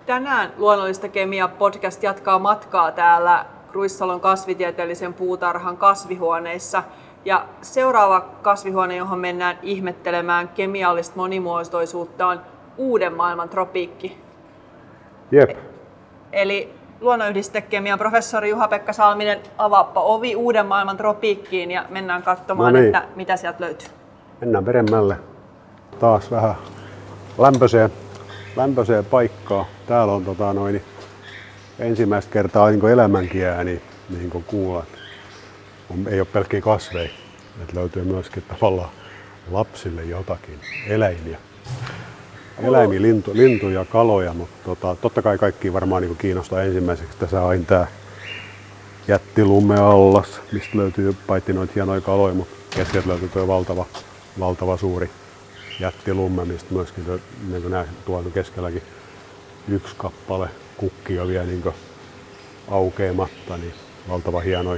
Tänään Luonnollista kemiaa podcast jatkaa matkaa täällä Ruissalon kasvitieteellisen puutarhan kasvihuoneissa. Ja seuraava kasvihuone, johon mennään ihmettelemään kemiallista monimuotoisuutta, on Uuden maailman tropiikki. Jep. Eli luonnonyhdistekemian professori Juha-Pekka Salminen, avaappa ovi Uuden maailman tropiikkiin ja mennään katsomaan, että mitä sieltä löytyy. Mennään peremmälle. Taas vähän lämpöiseen paikkaa. Täällä on ensimmäistä kertaa niin elämänkin ääni, niin kuin kuulla. Ei ole pelkkiä kasveja. Et löytyy myöskin tavallaan lapsille jotakin eläimiä. Eläimiä, lintuja, kaloja, mutta totta kai kaikki varmaan niin kiinnostaa ensimmäiseksi. Tässä on tää jättilumeallas, mistä löytyy paitsi noita hienoja kaloja, mutta keskeltä löytyy tuo valtava suuri jättilumme, mistä myöskin niin kuin näin, tuolla keskelläkin yksi kappale kukkia vielä niin aukeamatta, niin valtava hienoja.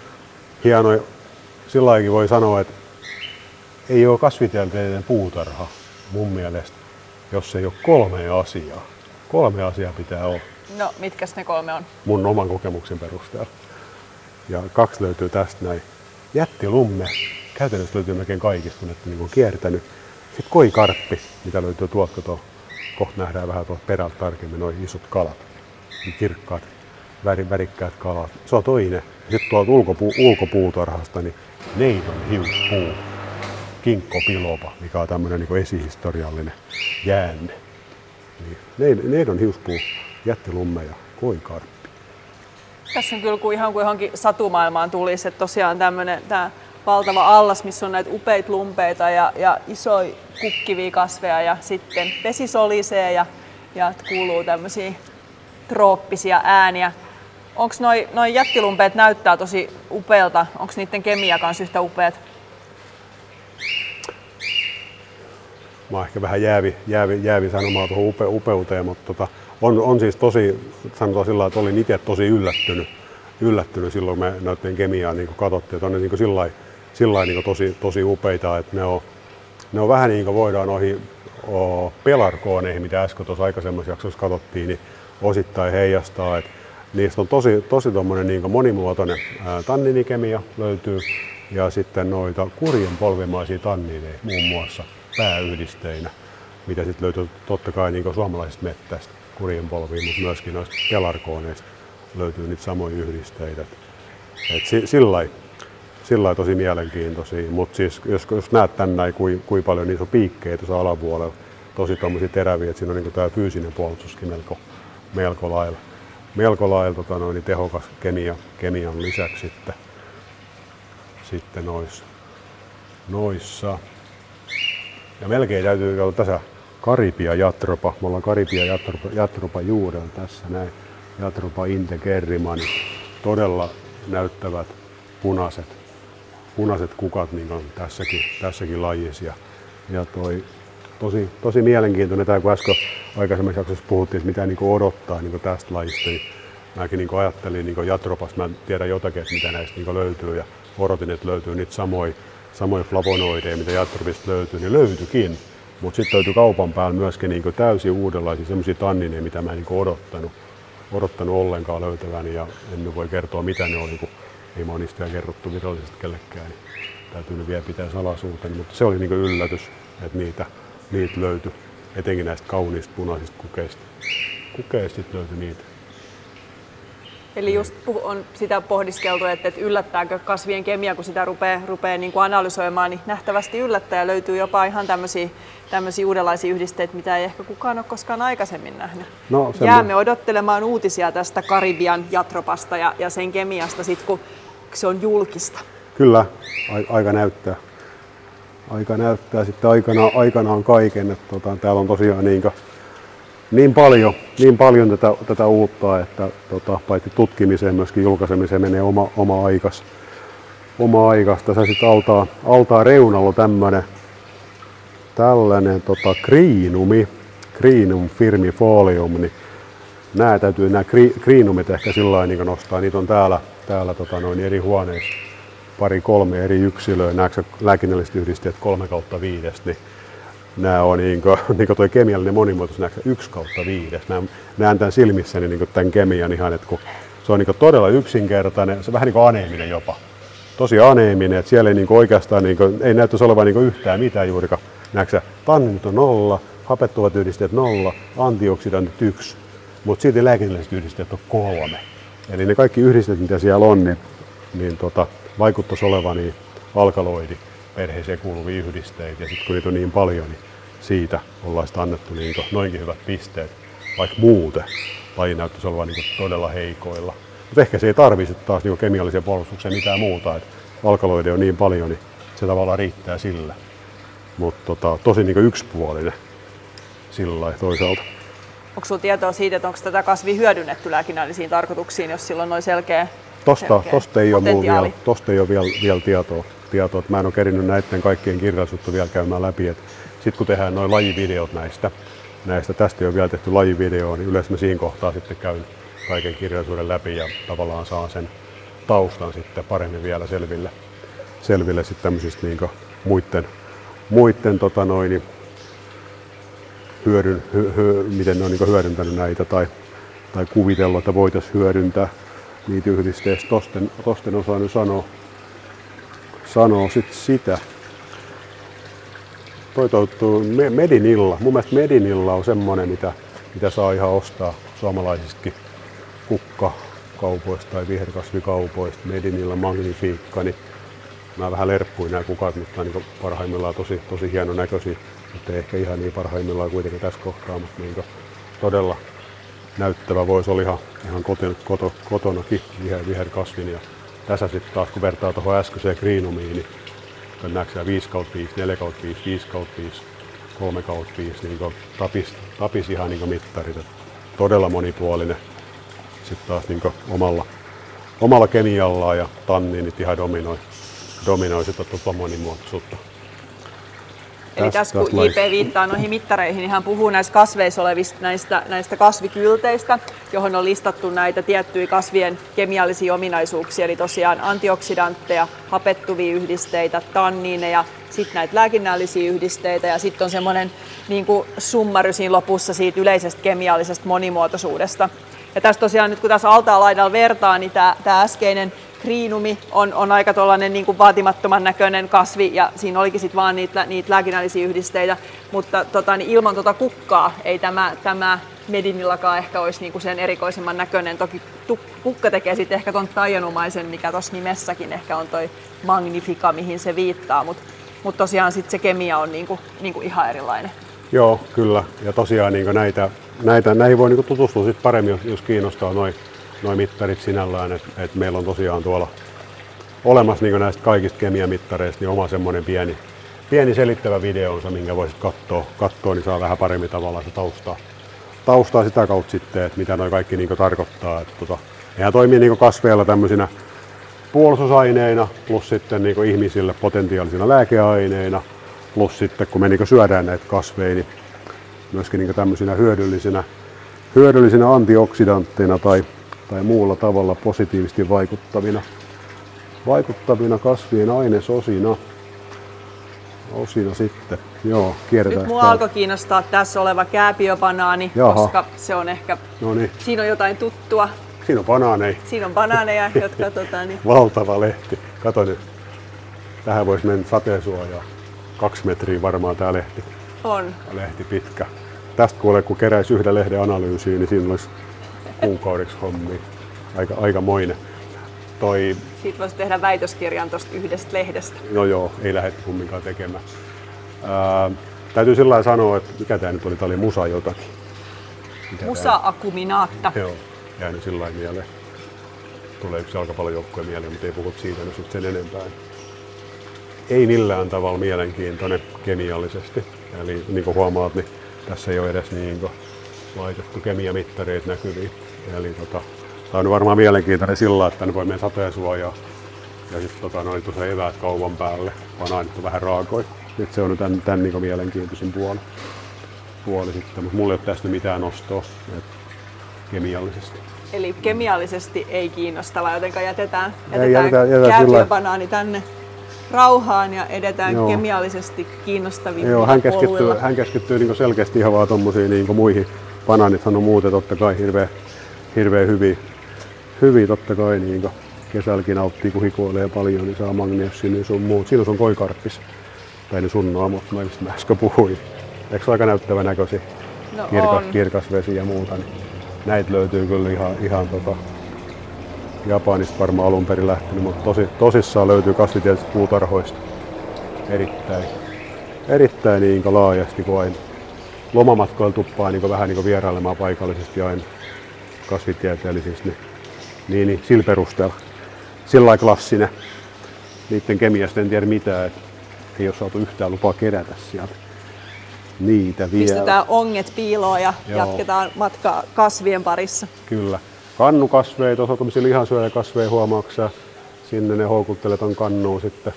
Sillä laillakin voi sanoa, että ei ole kasvitieteellinen puutarha mun mielestä, jos ei ole 3 asiaa. 3 asiaa pitää olla. No, mitkäs ne 3 on? Mun oman kokemuksen perusteella. Ja 2 löytyy tästä näin. Jättilumme. Käytännössä löytyy melkein kaikista, kun ette niin kiertänyt. Sitten koikarppi, mitä löytyy tuolta, kun kohta nähdään vähän tuolta perältä tarkemmin, nuo isot kalat. Kirkkaat, värikkäät kalat. Se on toinen. Sitten tuolta ulkopuutarhasta, niin neidon hiuspuu. Kinkkopilopa, mikä on tämmöinen niin esihistoriallinen jäänne. Neidon hiuspuu, jättilumme ja koikarppi. Tässä on kyllä ihan kuin johonkin satumaailmaan tulisi, että tosiaan tämä valtava allas, missä on näitä upeita lumpeita ja isoja kukkivia kasveja ja sitten vesi solisee ja kuuluu tämmöisiä trooppisia ääniä. Onko noi jättilumpeet näyttää tosi upealta? Onko niiden kemia kanssa yhtä upeat? Mä oon ehkä vähän jäävi sanomaan tuohon upeuteen, mutta on siis tosi, sanotaan sillä lailla, että olin itse tosi yllättynyt silloin, kun me näytteen kemiaa niin katsottiin, että on ne niin sillä niin tosi upeita, että ne on vähän niin kuin voidaan noihin pelarkooneihin, mitä äsken tuossa aikaisemmassa jaksossa katsottiin, niin osittain heijastaa, että niistä on tosi tommonen niin monimuotoinen tanniinikemia löytyy ja sitten noita kurjen polvimaisia tanniineja muun muassa pääyhdisteinä, mitä sitten löytyy totta kai niin suomalaisista mettäistä kurjen polviin, mutta myöskin noista pelarkooneista löytyy niitä samoja yhdisteitä. Sillä tosi mielenkiintoisia, mutta siis jos näet tänne kuinka paljon niissä on piikkejä tuossa alapuolella, tosi tommosia teräviä, että siinä on niin tämä fyysinen puolustuskin melko lailla tehokas kemian lisäksi sitten noissa. Ja melkein täytyy olla tässä Caribia jatropa. Me ollaan Caribia jatropa juurella tässä näin. Jatropa integerrima, niin todella näyttävät punaiset kukat niin on tässäkin lajissa. Ja tosi mielenkiintoinen tämä, kun äsken aikaisemmassa jaksossa puhuttiin, että mitä niin odottaa niin tästä lajista. Niin mäkin niin ajattelin niin jatropasta, mä tiedän jotakin, että mitä näistä niin löytyy ja odotin, että löytyy niitä samoja flavonoideja, mitä jatropista löytyy, niin löytyikin. Mutta sitten löytyi kaupan päällä myöskin niin täysin uudenlaisia semmoisia tannineja, mitä mä en niin odottanut ollenkaan löytäväni ja en voi kertoa mitä ne oli, kun ei mä ole niistä kerrottu virallisesti kellekään. Niin täytyy nyt vielä pitää salaisuuteni, mutta se oli niin yllätys, että niitä löytyi, etenkin näistä kauniista punaisista kukeista. Kukeista löytyi niitä. Eli just on sitä pohdiskeltu, että yllättääkö kasvien kemia, kun sitä rupeaa niin kuin analysoimaan, niin nähtävästi yllättää ja löytyy jopa ihan tämmöisiä uudenlaisia yhdisteitä, mitä ei ehkä kukaan ole koskaan aikaisemmin nähnyt. No, jäämme odottelemaan uutisia tästä Karibian jatropasta ja sen kemiasta, sit, kun se on julkista. Kyllä, aika näyttää. Aika näyttää sitten aikanaan kaiken. Että täällä on tosiaan niin paljon tätä uutta, että paitsi tutkimiseen myöskin julkaisemiseen menee oma aikas. Tässä sitten altaan reunalla tällainen Crinum firmifolium, niin nämä Crinumit ehkä sillä niin nostaa. Niitä on täällä eri huoneissa 2-3 eri yksilöä, nämä lääkinnälliset yhdisteet 3/5, niin nämä on niin tuo kemiallinen monimuotoisuus 1/5. Mä näen tämän silmissäni niin tämän kemian ihan, että kun se on niin todella yksinkertainen, se on vähän niin kuin aneeminen jopa. Tosi aneeminen, että siellä ei niin oikeastaan ei näyttäisi olevan niin yhtään mitään juurikaan. Näetkö, tanninit on 0, hapettuvat yhdisteet 0, antioksidantit 1, mutta silti lääkinnälliset yhdisteet on 3. Eli ne kaikki yhdisteet, mitä siellä on, niin vaikuttaisi olevan niin alkaloidi perheeseen kuuluvia yhdisteitä. Ja sitten kun niitä on niin paljon, niin siitä ollaan sitä annettu niin noinkin hyvät pisteet, vaikka muuten laji näyttäisi olevan niin todella heikoilla. Mutta ehkä se ei tarvitse taas niin kemiallisen puolustukseen mitään muuta. Et alkaloideja on niin paljon, niin se tavallaan riittää sillä. Mutta tosi niin yksipuolinen sillä lailla toisaalta. Onko sinulla tietoa siitä, että onko tätä kasvia hyödynnetty lääkinnällisiin tarkoituksiin, jos sillä on noin selkeä Tosta ei ole vielä tietoa. Mä en ole kerinyt näiden kaikkien kirjallisuutta vielä käymään läpi. Sitten kun tehdään noin lajivideot näistä, tästä ei ole vielä tehty lajivideoa, niin yleensä mä siinä kohtaa sitten käyn kaiken kirjallisuuden läpi ja tavallaan saan sen taustan sitten paremmin vielä selville sitten tämmöisistä niin muiden miten ne on niin hyödyntänyt näitä tai kuvitella, että voitaisiin hyödyntää niitä yhdisteistä. Tosten osaa nyt sanoa sit sitä. Medinilla. Mun mielestä Medinilla on semmonen, mitä saa ihan ostaa suomalaisistakin kukkakaupoista tai viherkasvikaupoista. Medinilla Magnifica. Niin mä vähän lerppuin nämä kukat, mutta niin parhaimmillaan tosi hieno näköisiä. Mutta ei ehkä ihan niin parhaimmillaan kuitenkin tässä kohtaa, mutta niin todella näyttävä voisi olla ihan kotonakin viherkasvin. Ja tässä sitten taas kun vertaa tuohon äskeiseen Greenumiin, niin näetkö 5/5, 4/5, 5/5, 3/5, niin tapis ihan niin mittarit. Todella monipuolinen. Sitten taas niin omalla kemiallaan ja tanniinit ihan dominoi sitä monimuotoisuutta. Eli tässä kun JP viittaa noihin mittareihin, niin hän puhuu näistä kasveissa olevista näistä kasvikylteistä, johon on listattu näitä tiettyjä kasvien kemiallisia ominaisuuksia, eli tosiaan antioksidantteja, hapettuvia yhdisteitä, tanniineja, sitten näitä lääkinnällisiä yhdisteitä ja sitten on semmoinen niin kuin summary siinä lopussa siitä yleisestä kemiallisesta monimuotoisuudesta. Ja tässä tosiaan nyt kun tässä altaan laidalla vertaa, niin tämä äskeinen Greenumi on aika tollainen niin kuin vaatimattoman näköinen kasvi ja siinä olikin sitten vaan niitä lääkinnällisiä yhdisteitä, mutta niin ilman kukkaa ei tämä Medinillakaan ehkä olisi niin kuin sen erikoisemman näköinen. Toki kukka tekee sitten ehkä tuon taianomaisen, mikä tuossa nimessäkin ehkä on toi Magnifica, mihin se viittaa, mutta tosiaan sitten se kemia on niin kuin ihan erilainen. Joo, kyllä. Ja tosiaan niin näihin voi niin tutustua sit paremmin, jos kiinnostaa noin mittarit sinällään, että meillä on tosiaan tuolla olemassa niin näistä kaikista kemiamittareista niin oma semmoinen pieni selittävä videonsa, minkä voisit katsoa, niin saa vähän paremmin tavallaan se taustaa sitä kautta sitten, että mitä noi kaikki niin tarkoittaa. Nehän toimii niin kasveilla tämmöisinä puolustusaineina plus sitten niin ihmisille potentiaalisina lääkeaineina plus sitten kun me niin syödään näitä kasveja, niin myöskin niin tämmöisinä hyödyllisinä antioksidantteina tai muulla tavalla positiivisesti vaikuttavina kasvien ainesosina sitten. Joo, kierretään. Nyt mua alkoi kiinnostaa tässä oleva kääpiöbanaani, koska se on ehkä, siinä on jotain tuttua. Siinä on banaaneja. Siinä on banaaneja, jotka Valtava lehti. Kato nyt, tähän voisi mennä sateensuojaa. 2 metriä varmaan tää lehti. On. Lehti pitkä. Tästä kun keräisi yhden lehden analyysiin, niin siinä olisi kuukaudeksi hommia. Aikamoinen. Siitä voisi tehdä väitöskirjan tuosta yhdestä lehdestä. No joo, ei lähdetty kumminkaan tekemään. Täytyy sillä lailla sanoa, että mikä tämä nyt oli, tämä oli musa jotakin. Musa acuminata. Joo, jäänyt sillä lailla mieleen. Tulee yksi jalkapallojoukkue mieleen, mutta ei puhut siitä nyt sen enempää. Ei millään tavalla mielenkiintoinen kemiallisesti. Eli niin kuin huomaat, niin tässä ei ole edes niin laitettu kemiamittareita näkyviin. Eli tämä on varmaan mielenkiintoinen sillä, että tänne voi mennä sateensuojaa ja sitten tuossa eväät kaupan päälle. Banaanit on vähän raakoja. Nyt se on tämän niin mielenkiintoisin puoli sitten, mutta mulla ei ole tästä mitään nostoa kemiallisesti. Eli kemiallisesti ei kiinnostava, joten jätetään kääpiöbanaani tänne rauhaan ja edetään kemiallisesti kiinnostavimmilla poluilla. Hän keskittyy niin selkeästi ihan vaan tommosiin niin muihin. Banaanithan on muuten totta kai hirveän hyviä totta kai niin kesälläkin nauttii, kun hikoilee paljon, niin saa magnesia, niin sun muut. Siinä on koikarppis. Tai ne sunnoa, mutta mä äsken puhuin. Eikö se aika näyttävän näköisiä? No kirkas vesi ja muuta. Niin näitä löytyy kyllä ihan Japanista varmaan alun perin lähtenyt, mutta tosissaan löytyy kasvitieteellisistä puutarhoista erittäin niin laajasti, kun aina lomamatkoilla tuppaa niin vähän niin vierailemaan paikallisesti aina kasvitieteellisistä. Niin sillä perusteella. Sillä lailla klassinen. Niiden kemiasta en tiedä mitään, että ei ole saatu yhtään lupaa kerätä sieltä niitä vielä. Pistetään onget piiloon ja jatketaan matkaa kasvien parissa. Kyllä. Kannukasveja, tuossa on tämmöisiä lihansyöjäkasveja, huomaaksä. Sinne ne houkuttelee ton kannuun sitten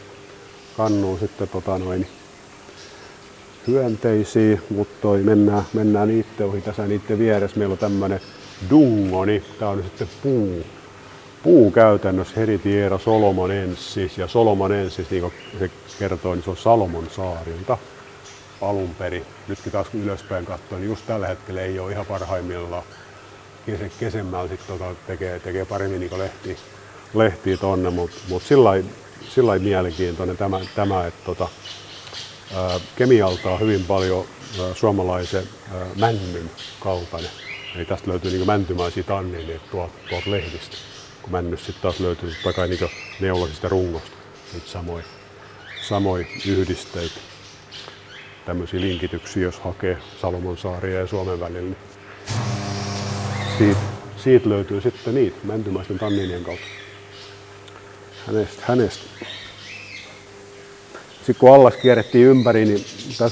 hyönteisiä, mutta mennään niitten ohi tässä niitten vieressä. Meillä on tämmönen dungoni, tää on sitten puu käytännössä Heritiera solomonensis, ja solomonensis, niin kuin se kertoo, niin se on Salomon saarilta alun perin. Nytkin taas kun ylöspäin katsoo, niin just tällä hetkellä ei ole ihan parhaimmillaan. Kesemmällä sitten tekee paremmin niin lehtiä tonne, mutta sillä mielenkiintoinen tämä että kemialta on hyvin paljon suomalaisen männyn kaltainen. Eli tästä löytyy niin mäntymäisiä tanniineita tuolta lehdistä, kun männyssä sitten taas löytyy takai niin neulosista rungosta niitä samoja yhdisteitä. Tämmöisiä linkityksiä, jos hakee Salomonsaaria ja Suomen välillä, niin siitä löytyy sitten niitä mäntymäisten tanniinien kautta hänestä. Sitten kun allas kierrettiin ympäri, niin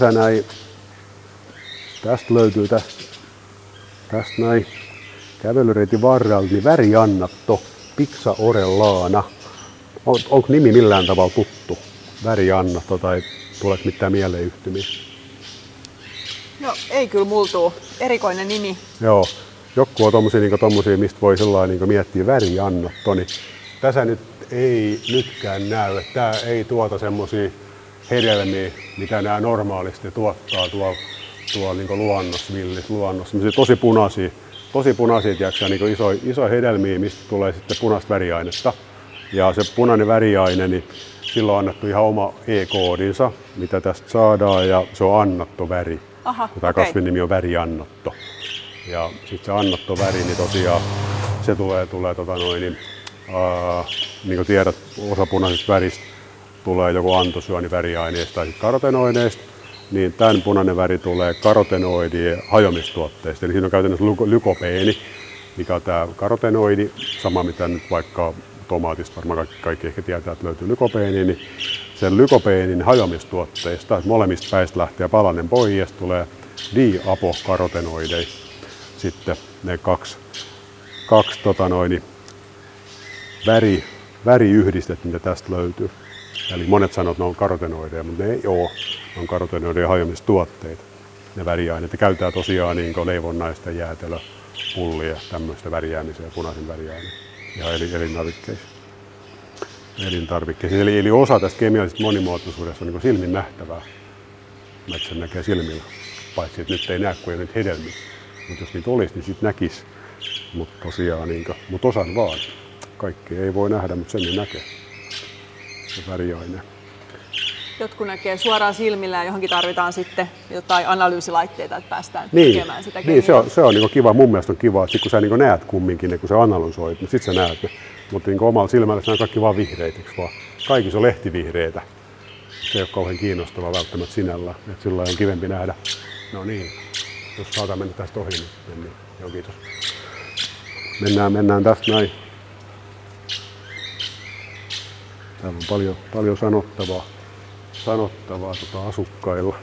tästä löytyy tästä näin kävelyreitin varrelta niin väriannatto Pixa orellana. Onko nimi millään tavalla tuttu? Väriannatto tai tuleeko mitään mieleyhtymiä? No ei kyllä multuu. Erikoinen nimi. Joo. Joku on tommosia mistä voi sellainen miettiä väriannatto. Niin tässä nyt ei nytkään näy, että tää ei tuota semmosia hedelmiä, mitä nämä normaalisti tuottaa tuolla niin luonnossa, luonnossa. Tosi punaisia niin isoja hedelmiä, mistä tulee sitten punaista väriainetta. Ja se punainen väriaine, niin sillä on annettu ihan oma E-koodinsa, mitä tästä saadaan, ja se on annattoväri. Tämä kasvin nimi on väriannatto. Ja sitten se annattoväri, niin tosiaan se tulee niin kuin tiedät, osa punaisesta väristä tulee joko antosyöniväriaineista tai karotenoideista, niin tämän punainen väri tulee karotenoidien hajoamistuotteista. Eli siinä on käytännössä lykopeeni, mikä on tämä karotenoidi, sama mitä nyt vaikka tomaatista varmaan kaikki ehkä tietää, että löytyy lykopeeni, niin sen lykopeenin hajoamistuotteista, että molemmista päistä lähtee palanen pois ja tulee diapokarotenoideja. Sitten ne kaksi väriyhdistet, mitä tästä löytyy. Eli monet sanoo, että ne on karotenoideja, mutta ne ei ole. Ne on karotenoidien hajoamistuotteita. Ne väriaineet. Ne käytetään tosiaan niin leivonnaista, jäätelö, pullia, tämmöistä värijäämiseen, punaisen väriaineen. Ja elintarvikkeisiin. Eli osa tästä kemiallisesta monimuotoisuudesta on niin silmin nähtävää. Metsän näkee silmillä. Paitsi että nyt ei näe, kun ei nyt hedelmiä. Mutta jos niitä olisi, niin sitten näkisi. Mutta tosiaan, mutta osan vaan. Kaikki ei voi nähdä, mutta sen ne näkee. Se väriaine. Jotkut näkee suoraan silmillä ja johonkin tarvitaan sitten jotain analyysilaitteita, että päästään tekemään sitä kemiaa. Niin, se on kiva. Mun mielestä on kiva, että kun sä näet kumminkin ne, kun sä analysoit, niin sitten sä näet ne. Mutta omalla silmällä se on kaikki vaan vihreitä, vaan? Kaikissa on lehtivihreitä. Se ei ole kauhean kiinnostavaa välttämättä sinällä. Että sillä on kivempi nähdä. No niin, jos saadaan mennä tästä ohi, niin mennään. Joo, kiitos. Mennään tästä näin. Täällä on paljon sanottavaa asukkailla.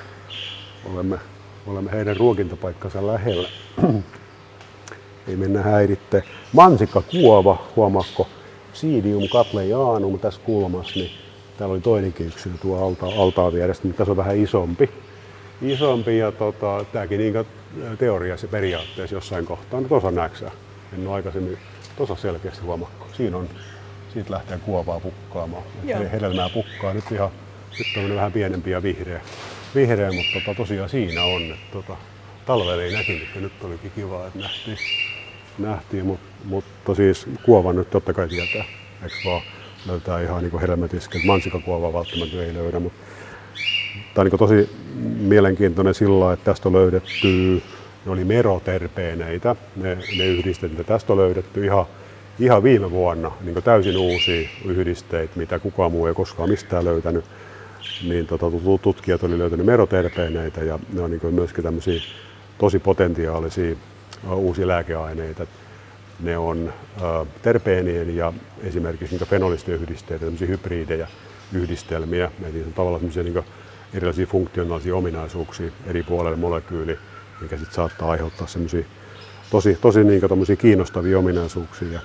Olemme heidän ruokintapaikkansa lähellä. Ei mennä häiritte. Mansikkakuova, huomaatko? Psidium catleyanum tässä kulmassa, niin täällä oli toinenkin yksilö tuo altaan vierestä, mutta tässä on vähän isompi ja tämäkin niin teoriassa ja periaatteessa jossain kohtaa. No tuossa näeksää. En ole aikaisemmin tuossa selkeästi huomakko. Siinä siitä lähtee kuovaa pukkaamaan. Hedelmää pukkaa nyt on vähän pienempi ja vihreä, mutta tosiaan siinä on. Että talvella ei näkynyt, nyt olikin kiva, että nähtiin, mutta siis kuova nyt totta kai tietää, eikö vaan löytää ihan niin hedelmätisket. Mansikakuovaa välttämättä ei löydä, mutta tämä on niin tosi mielenkiintoinen sillä, että tästä on löydetty, ne oli meroterpeeneitä, ne yhdisteet, mitä tästä on löydetty ihan viime vuonna, niin täysin uusia yhdisteitä, mitä kukaan muu ei koskaan mistään löytänyt. Niin tutkijat oli löytänyt meroterpeeneitä ja ne on niin myöskin tämmöisiä tosi potentiaalisia uusia lääkeaineita. Ne on terpeenien ja esimerkiksi niin fenolisten yhdisteitä, tämmöisiä hybridejä, yhdistelmiä. Eli on tavallaan niin erilaisia funktionaalisia ominaisuuksia eri puolelle molekyyli, mikä sitten saattaa aiheuttaa semmoisia tosi niin kiinnostavia ominaisuuksia.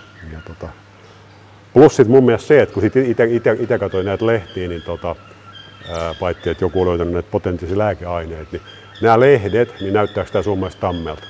Plus sitten mun mielestä se, että kun itse katsoin näitä lehtiä, niin paitsi että joku on löytänyt näitä potentiaalisia lääkeaineita, niin nämä lehdet, niin näyttääkö tämä sun mielestä tammelta?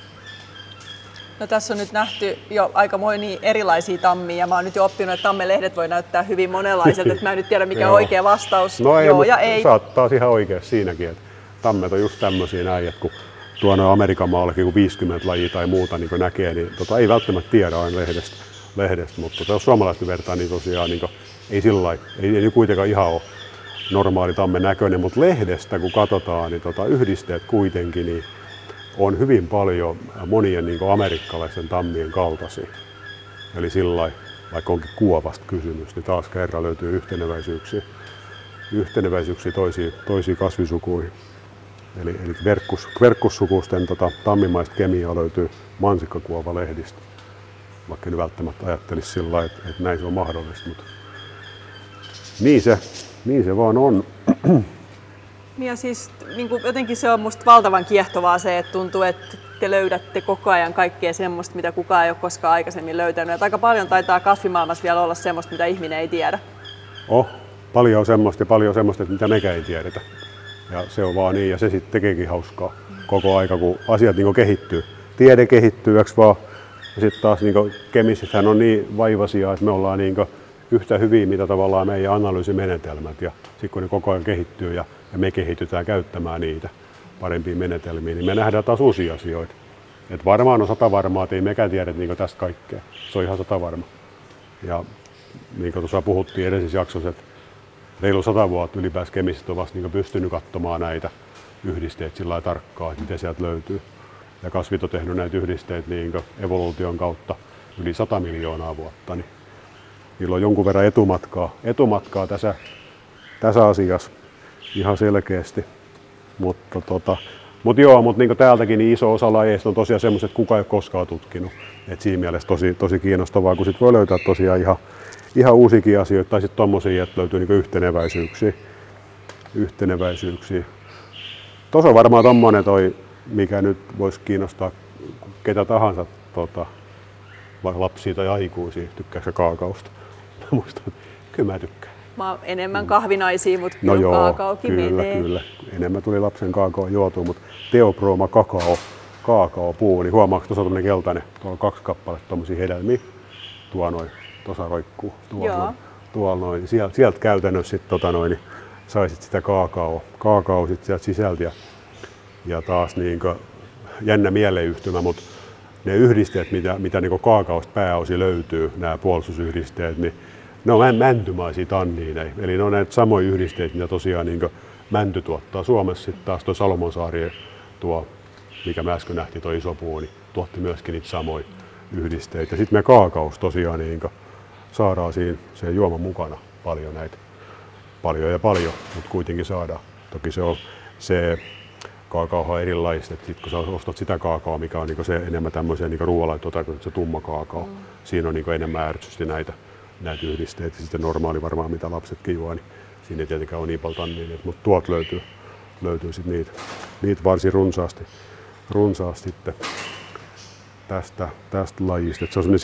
No tässä on nyt nähty jo aika monia erilaisia tammia ja mä oon nyt jo oppinut, että tammelehdet voi näyttää hyvin monenlaiselta, että mä en nyt tiedä mikä on oikea vastaus. No ei, joo ja ei. Saattaa ihan oikein siinäkin, että tammet on just tämmöisiä näin, että kun tuonne Amerikan maallakin kun 50 lajia tai muuta niin näkee, niin ei välttämättä tiedä aina lehdestä, mutta jos suomalaisten vertaa, niin tosiaan niin ei sillä ei kuitenkaan ihan ole normaali tammen näköinen, mutta lehdestä kun katsotaan, niin yhdisteet kuitenkin niin on hyvin paljon monien niin amerikkalaisten tammien kaltaisia. Eli sillä vaikka onkin kuovasta kysymys, niin taas kerran löytyy yhteneväisyyksiä toisiin kasvisukuihin. Eli verkkussukuisten tammimaista kemiaa löytyy mansikkakuovalehdistä. Vaikka en välttämättä ajattelisi sillä että näin se on mahdollista, mutta niin se vaan on. Ja siis niin kuin jotenkin se on musta valtavan kiehtovaa se, että tuntuu, että te löydätte koko ajan kaikkea semmoista, mitä kukaan ei ole koskaan aikaisemmin löytänyt. Että aika paljon taitaa kasvimaailmassa vielä olla semmoista, mitä ihminen ei tiedä. Paljon on semmoista ja paljon on semmoista, mitä mekään ei tiedetä. Ja se on vaan niin ja se sitten tekeekin hauskaa koko aika, kun asiat niin kehittyy. Tiede kehittyy, vaan? Ja sitten taas niin kemistithän on niin vaivaisia, että me ollaan niin yhtä hyviä, mitä tavallaan meidän analyysimenetelmät. Ja sitten kun ne koko ajan kehittyy ja me kehitytään käyttämään niitä parempia menetelmiä, niin me nähdään taas uusia asioita. Et varmaan on 100 varmaa, että ei mekään tiedä niin tästä kaikkea. Se on ihan 100 varma. Ja niin kuin tuossa puhuttiin edellisessä jaksossa, että reilu 100 vuotta ylipäänsä kemistit on vasta niin pystynyt katsomaan näitä yhdisteitä sillä lailla tarkkaan, että miten sieltä löytyy. Ja kasvit on tehnyt näitä yhdisteitä niin evoluution kautta yli 100 miljoonaa vuotta. Niin niillä on jonkun verran etumatkaa tässä asiassa ihan selkeästi. Mutta niin täältäkin niin iso osa lajeista on tosiaan semmoiset, että kukaan ei ole koskaan tutkinut. Et siinä mielessä tosi kiinnostavaa, kun sit voi löytää tosiaan ihan uusiakin asioita tai sitten tommosia, että löytyy niin yhteneväisyyksiä. Tuossa on varmaan tommonen mikä nyt voisi kiinnostaa ketä tahansa, vaikka lapsia tai aikuisia. Tykkääksä kaakaosta? Mä muistan, että kyllä mä tykkään. Mä oon enemmän kahvinaisia, mutta kyllä kaakaokin menee. Kyllä. Enemmän tuli lapsen kaakao juotua, mutta Theobroma kaakaopuu, niin huomaatko, tuossa on tämmöinen keltainen, tuolla on 2 kappaletta tommosia hedelmiä. Tuossa roikkuu. Tuolla noin. Sieltä käytännössä sitten niin saisit sitä kaakao sit sieltä sisältä. Ja taas niin jännä mieleyhtymä, mutta ne yhdisteet, mitä niin kaakaosta pääosin löytyy, nämä puolustusyhdisteet, niin ne on mäntymaisia tanniineja. Eli ne on näitä samoja yhdisteitä, mitä tosiaan niin mänty tuottaa. Suomessa sitten taas tuo Salomonsaari, mikä me äsken nähtiin, tuo iso puu, niin tuotti myöskin niitä samoja yhdisteitä. Ja sitten me kaakaosta tosiaan niin saadaan siinä sen juoman mukana paljon näitä. Paljon, mutta kuitenkin saadaan. Toki se kaakaohan on erilaista, että sit kun sä ostat sitä kaakaoa, mikä on se enemmän tämmöisiä ruoanlaittoa, se tumma kaakao, siinä on enemmän ärsysti näitä yhdisteitä. Sitten normaali varmaan, mitä lapsetkin juo, niin siinä ei tietenkään ole niin paljon tanniineita, mutta tuolta löytyy sitten niitä varsin runsaasti sitten tästä lajista. Et se on semmoinen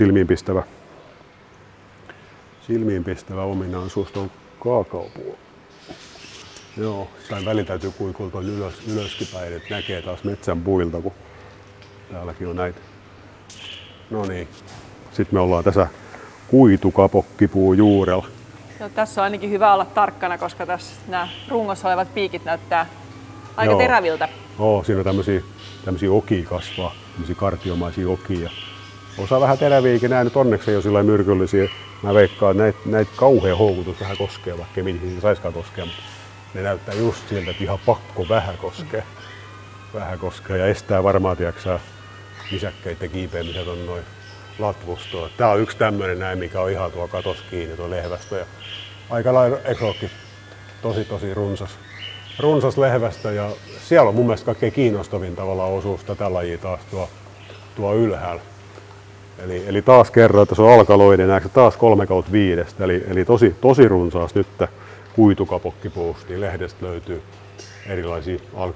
silmiinpistävä ominaisuus tuon kaakaopuu. Joo, tai välillä täytyy kuikuilla ylöskin päin, että näkee taas metsän puilta, kun täälläkin on näitä. No niin, sitten me ollaan tässä kuitukapokkipuu juurella. No, tässä on ainakin hyvä olla tarkkana, koska tässä nämä rungossa olevat piikit näyttää aika teräviltä. Siinä on tämmöisiä okia kasvaa, tämmöisiä kartiomaisia okia. Osa vähän teräviäkin, nämä nyt onneksi ei ole sillä myrkyllisiä. Mä veikkaan, että näitä kauhean houkutus vähän koskee, vaikka ei mihin saiskaan koskea, mutta ne näyttää just siltä, että ihan pakko vähän koskee. Vähän koskee ja estää varmaan nisäkkäiden kiipeämiset on noin latvustoon. Tää on yksi tämmöinen näin, mikä on ihan tuo katos kiinni tuo lehvästö. Ja aika lailla eksookki, tosi runsas lehvästö ja siellä on mun mielestä kaikkein kiinnostavin tavallaan osuus tätä lajia taas tuo ylhäällä. Eli taas kerran, että se on alkaloiden, näetkö taas 3/5, eli tosi runsaas nyt kuitukapokkipuusta, niin lehdestä löytyy erilaisia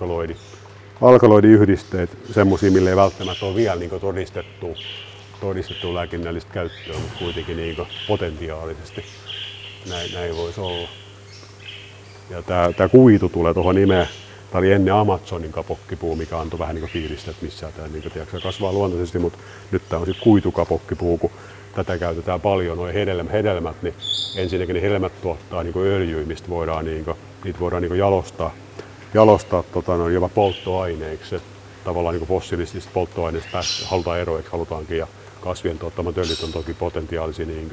alkaloidiyhdisteitä, semmoisia, millä ei välttämättä ole vielä niin todistettu lääkinnällistä käyttöä, mutta kuitenkin niin potentiaalisesti näin voisi olla. Ja tämä kuitu tulee tuohon nimeen. Tämä oli ennen Amazonin kapokkipuu, mikä antoi vähän niin fiilistä, että missä tämä niin kasvaa luontaisesti, mutta nyt tämä on sitten kuitukapokkipuu, kun tätä käytetään paljon, nuo hedelmät, niin ensinnäkin ne hedelmät tuottaa niin öljyä, mistä niitä voidaan niin jalostaa jopa polttoaineiksi. Tavallaan niin fossiilisista polttoaineista halutaan eroiksi, halutaankin, ja kasvien tuottamat öljyt on toki potentiaalisia niin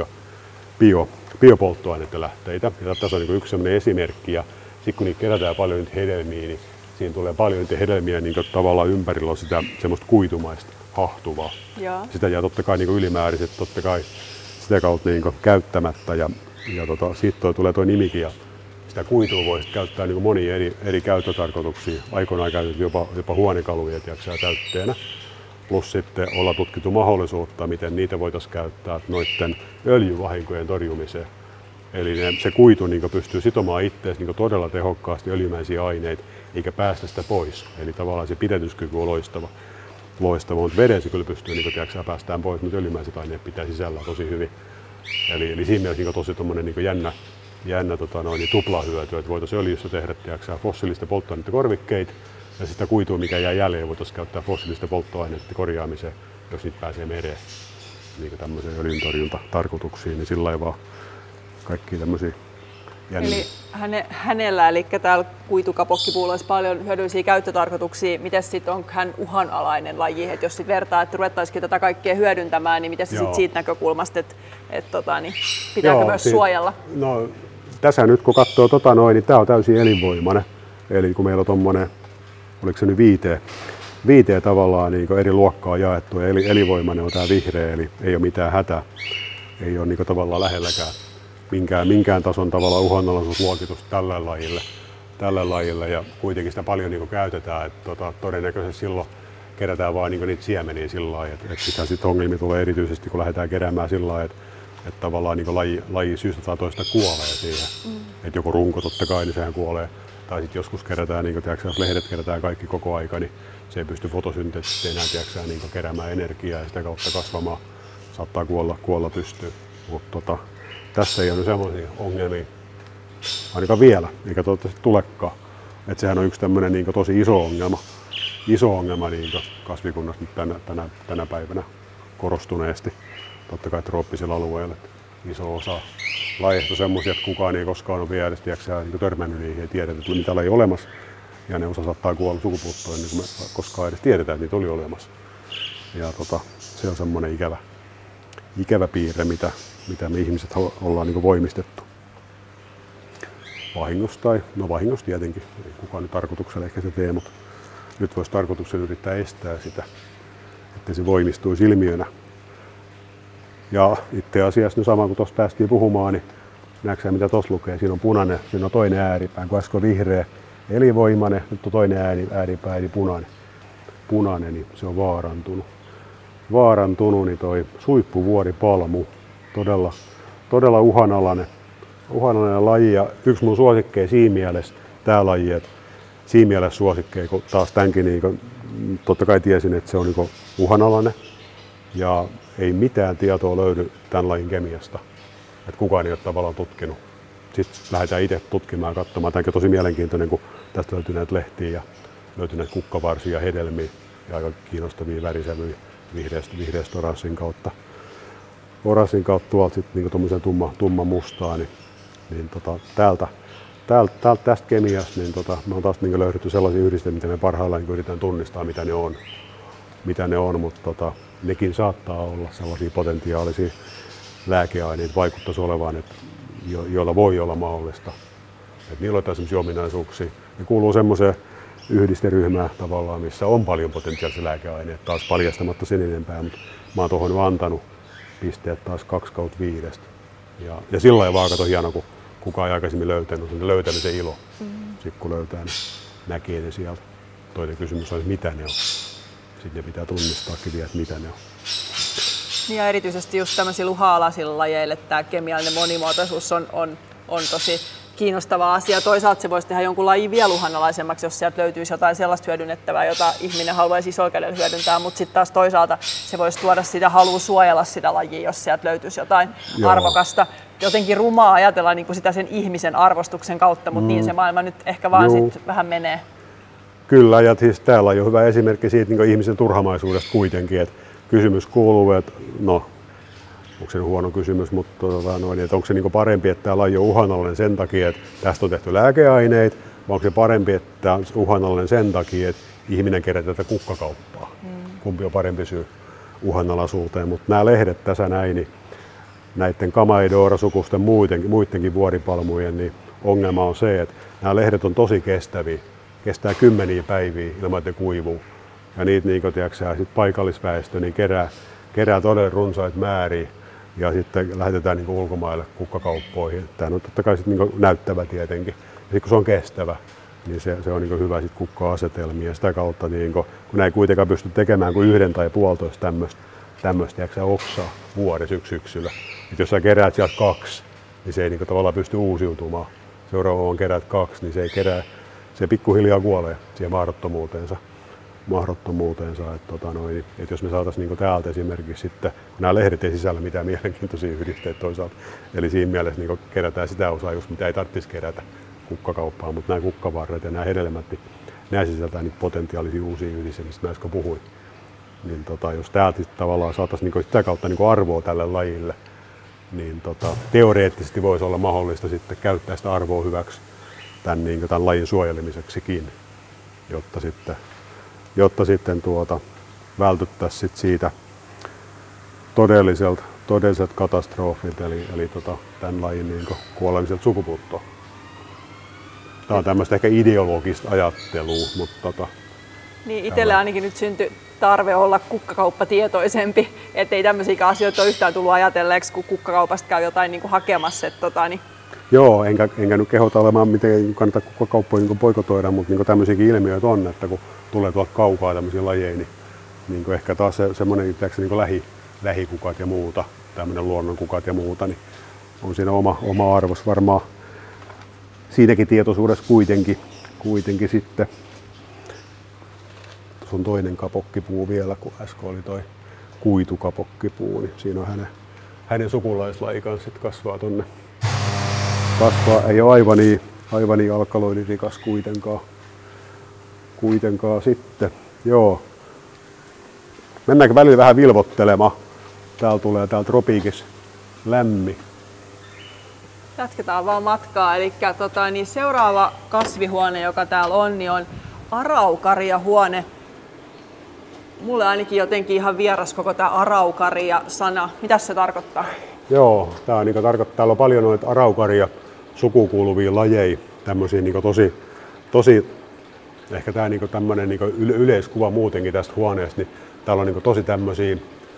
biopolttoaineiden lähteitä. Ja tässä on niin yksi sellainen esimerkki, ja sitten kun niitä kerätään paljon niitä hedelmiä, niin siinä tulee paljon niitä hedelmiä, niin tavallaan ympärillä on sitä semmoista kuitumaista hahtuvaa. Jaa. Sitä jää totta kai niin ylimääräiset totta kai sitä kautta niin käyttämättä, ja siitä tulee tuo nimikin. Ja sitä kuitua voi käyttää niin monia eri käyttötarkoituksia. Aikoinaan käytetty jopa huonekaluja täytteenä. Plus sitten olla tutkittu mahdollisuutta, miten niitä voitaisiin käyttää noiden öljyvahinkojen torjumiseen. Eli se kuitu niin pystyy sitomaan itseensä niin todella tehokkaasti öljymäisiä aineita, eikä päästä sitä pois. Eli tavallaan se pidätyskyky on loistava. Mutta veden se kyllä pystyy niin päästään pois, mutta öljymäiset aineet pitää sisällään tosi hyvin. Eli siinä mielessä niin tosi niin jännä tuplahyöty, että voitaisiin öljystä tehdä fossiilisten polttoaineiden korvikkeita, ja sitä kuitua, mikä jää jäljeen, voitaisiin käyttää fossiilisten polttoaineiden korjaamiseen, jos niitä pääsee mereen, niin tämmöiseen öljyntorjuntatarkoituksiin, niin sillä lailla vaan kaikkia tämmöisiä jänniä. Eli hänellä, eli täällä kuitukapokkipuulla olisi paljon hyödyllisiä käyttötarkoituksia. Miten sitten on hän uhanalainen laji? Et jos sit vertaa, että ruvettaisiin tätä kaikkea hyödyntämään, niin miten se sitten siitä näkökulmasta, että pitääkö myös suojella? No, tässä nyt kun katsoo niin tämä on täysin elinvoimainen. Eli kun meillä on tuommoinen, oliko se nyt viiteen tavallaan niin eri luokkaa jaettu, ja elinvoimainen on tämä vihreä, eli ei ole mitään hätää. Ei ole niin tavallaan lähelläkään minkään tason tavallaan uhanalaisuusluokitus tälle lajille, ja kuitenkin sitä paljon niin käytetään, että todennäköisesti silloin kerätään vain niin niitä siemeniä sillä lailla, että sitä sitten ongelmia tulee erityisesti, kun lähdetään keräämään sillä lailla, että tavallaan niin laji syystä tai toista kuolee siihen. Että joku runko totta kai, niin sehän kuolee. Tai sitten joskus kerätään, niin jos lehdet kerätään kaikki koko aika, niin se ei pysty fotosynteettisesti enää niin keräämään energiaa ja sitä kautta kasvamaan. Saattaa kuolla pystyyn. Mutta tässä ei ole semmoisia ongelmia ainakaan vielä, eikä toivottavasti tulekaan. Et sehän on yksi tämmöinen niin tosi iso ongelma niin kasvikunnassa nyt tänä päivänä korostuneesti. Totta kai trooppisilla alueilla. Iso osa lajeista on semmoisia, että kukaan ei koskaan ole vielä edes niin törmännyt niihin, ei tiedetä, että mitä laji olemassa. Ja ne osa saattaa kuolla sukupuuttoon, niin kuin me koskaan edes tiedetään, että niitä oli olemassa. Ja se on semmoinen ikävä piirre, mitä me ihmiset ollaan niin voimistettu. Vahingossa tietenkin, ei kukaan nyt tarkoituksella ehkä se tee, mutta nyt voisi tarkoituksella yrittää estää sitä, ettei se voimistuisi ilmiönä. Ja itse asiassa no sama kuin tuossa päästiin puhumaan, niin näetkö mitä tuossa lukee? Siinä on punainen, siinä on toinen ääripää, kun äsken on vihreä elinvoimainen, nyt on toinen ääripää eli punainen, niin se on vaarantunut, niin toi suippuvuoripalmu, todella uhanalainen laji, ja yksi mun suosikkeja siinä mielessä, tää laji, että siinä mielessä suosikkeja, kun taas tämänkin niin totta kai tiesin, että se on niin uhanalainen, ja ei mitään tietoa löydy tämän lajin kemiasta, että kukaan ei ole tavallaan tutkinut. Sitten lähdetään itse tutkimaan ja katsomaan. Tämä on tosi mielenkiintoinen, kun tästä löytyy näitä lehtiä ja löytyy näitä kukkavarsia, hedelmiä ja aika kiinnostavia värisävyjä vihreästä oranssin kautta. oranssin kautta tuolta sitten niinku tommoseen tumma mustaa, niin tästä kemiasta niin me on taas niinku löydetty sellaisia yhdistelmiä, mitä me parhaillaan niinku yritetään tunnistaa, mitä ne on, mutta nekin saattaa olla sellaisia potentiaalisia lääkeaineita vaikuttaisi olevaan, että joilla voi olla mahdollista. Että niillä on sellaisia ominaisuuksia. Ne kuuluu semmoiseen yhdisteryhmään tavallaan, missä on paljon potentiaalisia lääkeaineita, taas paljastamatta sen enempää, mutta mä oon tuohon antanut pisteet taas 2/5. Ja sillä lailla vaan kato hieno, kun kukaan ei aikaisemmin löytänyt, on löytämisen ilo. Sitten kun löytää ne, näkee ne sieltä. Toinen kysymys on, että mitä ne on. Sitten ne pitää tunnistaakin vielä, että mitä ne on. Niin ja erityisesti just tämmöisillä uha-alaisilla lajeilla tämä kemiallinen monimuotoisuus on tosi kiinnostava asia. Toisaalta se voisi tehdä jonkun lajin vielä uhanalaisemmaksi, jos sieltä löytyisi jotain sellaista hyödynnettävää, jota ihminen haluaisi isolla kädellä hyödyntää, mutta sitten taas toisaalta se voisi tuoda sitä halua suojella sitä lajia, jos sieltä löytyisi jotain arvokasta. Jotenkin rumaa ajatella niin kuin sitä sen ihmisen arvostuksen kautta, mutta niin se maailma nyt ehkä vaan sit vähän menee. Kyllä, ja siis täällä on jo hyvä esimerkki siitä niin ihmisen turhamaisuudesta kuitenkin, että kysymys kuuluu, että no, onko se huono kysymys, mutta että onko se niin parempi, että tämä laji on uhanalainen sen takia, että tästä on tehty lääkeaineita, vai onko se parempi, että tämä on uhanalainen sen takia, että ihminen kerätään tätä kukkakauppaa. Kumpi on parempi syy uhanalaisuuteen, mutta nämä lehdet tässä näin, niin näiden Kamaidora-sukusten muidenkin vuoripalmujen niin ongelma on se, että nämä lehdet on tosi kestäviä. Kestää kymmeniä päiviä ilman, että ne kuivuu. Ja niitä sit paikallisväestö niin kerää todella runsaita määriä ja sitten lähetetään niin ulkomaille kukkakauppoihin. Tämä on totta kai sit niin näyttävä tietenkin. Ja sit, kun se on kestävä, niin se on niin hyvä sit kukka-asetelmia. Ja sitä kautta, niin kun näin kuitenkaan pysty tekemään kuin 1 tai 1,5 tämmöistä oksaa vuodessa syksyllä. Et jos sä keräät sieltä 2, niin se ei niin tavallaan pysty uusiutumaan. Seuraavaan keräät 2, niin se ei kerää. Se pikkuhiljaa kuolee siihen mahdottomuuteensa. Että jos me saataisiin niin täältä esimerkiksi sitten, kun nämä lehdet ei sisällä mitään mielenkiintoisia yhdisteitä toisaalta, eli siinä mielessä niin kerätään sitä osaa, just mitä ei tarvitsisi kerätä kukkakauppaan, mutta nämä kukkavarret ja nämä hedelmät, niin nämä sisältää niitä potentiaalisia uusia yhdisteitä, mistä mä äsken puhuin. Niin jos täältä tavallaan saataisiin niin sitä kautta niin arvoa tälle lajille, niin teoreettisesti voisi olla mahdollista sitten käyttää sitä arvoa hyväksi tämän lajin suojelemiseksikin, jotta sitten vältyttäisiin siitä todelliselta katastrofilta, eli tämän lajin kuolemiselta sukupuuttoon. Tämä on tämmöistä ehkä ideologista ajattelua, mutta niin itselle ainakin nyt syntyi tarve olla kukkakauppatietoisempi, ettei tämmöisiä asioita ole yhtään tullut ajatelleeksi, kun kukkakaupasta käy jotain niin kuin hakemassa. Joo, enkä nyt kehota olemaan, miten kannattaa kukkakauppoja niin boikotoida, mutta niin tämmöisiäkin ilmiöitä on, että kun tulee tuolta kaukaa tämmöisiä lajeja, niin ehkä taas semmoinen niin lähikukat ja muuta, tämmöinen luonnonkukat ja muuta, niin on siinä oma arvos varmaan siinäkin tietoisuudessa kuitenkin sitten. Tuossa on toinen kapokkipuu vielä, kun äsken oli toi kuitukapokkipuu, niin siinä on hänen sukulaislaji kanssa kasvaa tonne. Ei ole aivan niin alkaloidirikas kuitenkaan sitten. Joo. Mennäänkö välillä vähän vilvottelemaan? Täällä tulee tropiikis lämmin. Jatketaan vaan matkaa. Eli niin seuraava kasvihuone, joka täällä on, niin on araukaria-huone. Mulle ainakin jotenkin ihan vieras koko tämä araukaria-sana. Mitä se tarkoittaa? Joo, täällä on paljon noita araukaria sukukuuluvia lajeja, tämmöisiä tosi ehkä tämä tämmöinen yleiskuva muutenkin tästä huoneesta, niin täällä on tosi tämmöisiä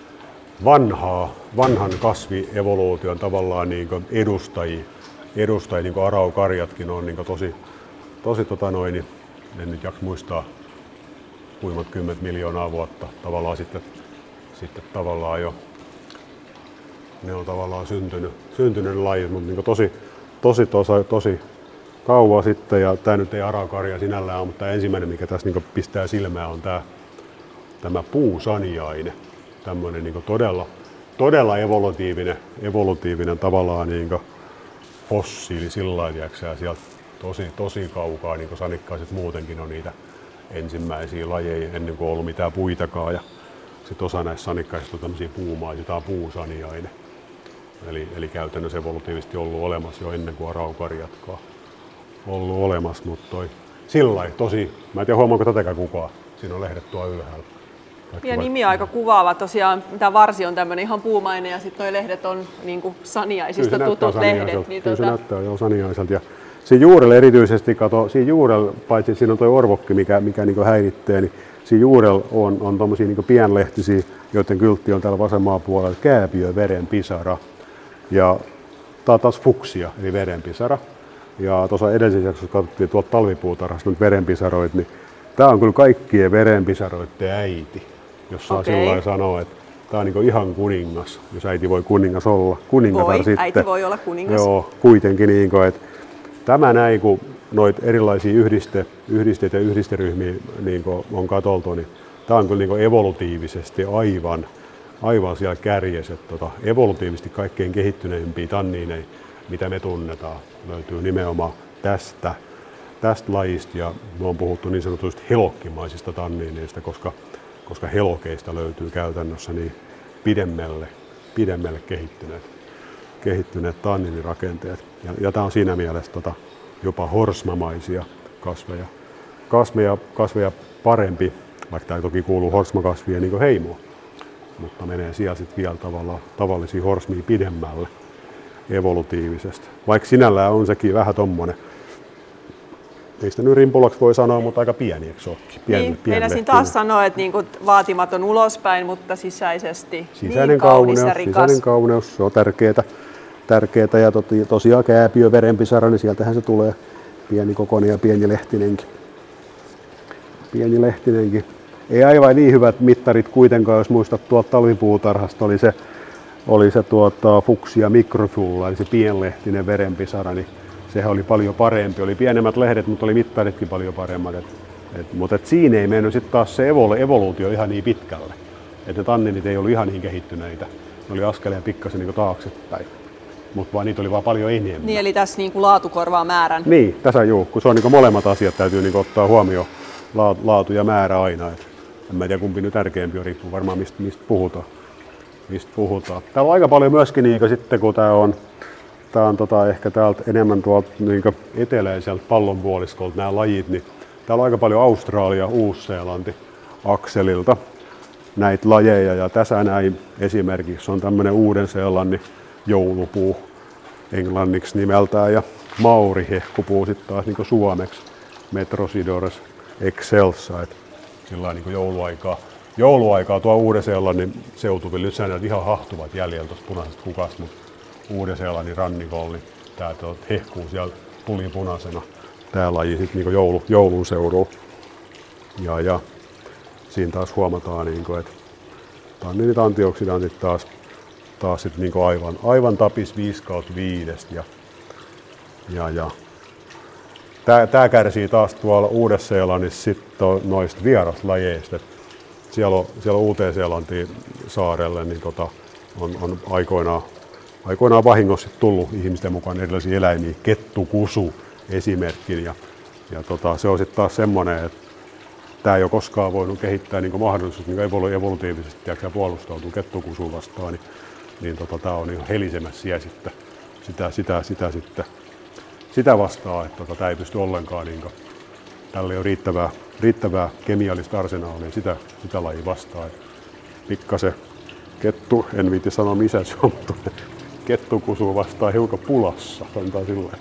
vanhan kasvievoluution tavallaan edustajia, niin kuin araukarjatkin on tosi en nyt jaksa muistaa kuinka 10 miljoonaa vuotta tavallaan sitten tavallaan jo ne on tavallaan syntynyt lajit, mutta tosi kauan sitten, ja tämä nyt ei araukaria sinällään, mutta tämä ensimmäinen, mikä tässä pistää silmään, on tämä puusaniainen, tämmöinen todella evolutiivinen tavallaan fossiili sillä lailla, ja sieltä tosi kaukaa, sanikkaiset muutenkin on niitä ensimmäisiä lajeja ennen kuin on ollut mitään puitakaan, ja sitten osa näistä sanikkaisista on tämmöisiä puumaisia, tämä on puusaniainen. Eli käytännössä evolutiivisesti ollut olemassa jo ennen kuin araukarjatkaan ollut olemassa, mutta sillai tosi, mä en tiedä huomaanko tätäkään kukaan, siinä on lehdet tuo ylhäällä. Ja nimi on aika kuvaava tosiaan, tämä varsi on tämmöinen ihan puumainen ja sitten nuo lehdet on niin kuin saniaisista tutut lehdet. Niin kyllä se näyttää jo saniaiselta. Ja siinä juurella erityisesti, siinä juurella, paitsi että siinä on tuo orvokki, mikä niin häiritsee, niin siinä juurella on tommosia niin pienlehtisiä, joiden kyltti on täällä vasemmalla puolella, kääpiö, verenpisara. Ja tää on taas fuksia, eli verenpisara. Ja tuossa edellisessä jaksossa katsottiin tuolta talvipuutarhasta nyt verenpisaroita, niin tää on kyllä kaikkien verenpisaroiden äiti, jos saa sillä sanoa, että tää on niin ihan kuningas, jos äiti voi kuningas olla. Kuningatar sitten. Äiti voi olla kuningas. Joo, kuitenkin niin kuin, että tämä näin, kun noita erilaisia yhdisteitä ja yhdisteryhmiä niin on katoltu, niin tämä on kyllä niin evolutiivisesti aivan siellä kärjessä. Evolutiivisesti kaikkein kehittyneimpiä tanniineja, mitä me tunnetaan, löytyy nimenomaan tästä lajista. Ja me on puhuttu niin sanotuista helokkimaisista tanniineista, koska helokeista löytyy käytännössä niin pidemmälle kehittyneet tanniinirakenteet. Ja tämä on siinä mielessä jopa horsmamaisia kasveja parempi, vaikka tämä toki kuuluu horsmakasvien niin heimoon, mutta menee siellä sitten vielä tavallisia horsmia pidemmälle evolutiivisesti. Vaikka sinällään on sekin vähän tommonen, ei sitä nyt rimpulaksi voi sanoa, mutta aika pieni, eikö se olekin? Meinasin taas sanoa, että niinku vaatimaton ulospäin, mutta sisäisesti sisäinen kauneus, ja rikas. Sisäinen kauneus, se on tärkeää ja tosiaan kääpiö, verenpisara, niin sieltähän se tulee pieni kokoinen ja pieni lehtinenkin. Ei aivan niin hyvät mittarit kuitenkaan, jos muistat tuolta talvipuutarhasta, oli se Fuchsia microfulla, eli se pienlehtinen verenpisara, niin sehän oli paljon parempi. Oli pienemmät lehdet, mutta oli mittaritkin paljon paremmat. Mutta siinä ei mennyt sitten taas se evoluutio ihan niin pitkälle. Että ne tanninit ei ollut ihan niin kehittyneitä. Ne oli askeleen pikkasen niin taaksepäin. Mutta vaan niitä oli vaan paljon enemmän. Niin, eli tässä niin kuin laatu korvaa määrän. Niin, tässä juu. Kun se on niin molemmat asiat täytyy niin ottaa huomioon. Laatu ja määrä aina. En mä tiedä kumpi nyt tärkeämpi on, riippuu varmaan mistä puhutaan. Täällä on aika paljon myöskin, niin sitten kun tää on ehkä täältä enemmän tuolta niin eteläiseltä pallonpuoliskolta nämä lajit, niin täällä on aika paljon Australia, Uus-Seelanti akselilta näitä lajeja. Ja tässä näin esimerkiksi on tämmöinen Uuden-Seelannin joulupuu englanniksi nimeltään ja maurihehkupuu sitten taas niin suomeksi Metrosidores excelsa. Sillä niin jouluaikaa tuo Uuden-Seelannin seutuvilla, nyt sä näet ihan hahtuvat jäljellä tuosta punaisesta kukasta, mutta Uuden-Seelannin rannikolla, niin tää hehkuu siellä tulipunaisena. Tää laji sitten niin joulun seudulla. Ja siinä taas huomataan, että tanniinit antioksidantit taas sit niin aivan tapis 5/5. Ja tää kärsii taas tuolla Uudessa-Seelannissa sitten noista vieraslajeista. Siellä on Uuteen-Seelantiin saarelle niin on aikoinaan vahingossa tullut ihmisten mukaan erilaisia eläimiä, kettukusu esimerkkin. Ja se on sitten taas semmoinen, että tämä ei ole koskaan voinut kehittää niin mahdollisuus niin evolutiivisesti puolustautua kettukusuun vastaan, niin tämä on ihan helisemässä siellä sitten sitä vastaan, että tämä ei pysty ollenkaan, niin tällä ei ole riittävää kemiallista arsenaalia sitä lajia vastaan. Pikkasen kettu, en viitti sanoa missä se on, mutta kettukusu vastaan hiukan pulassa, sanotaan silleen.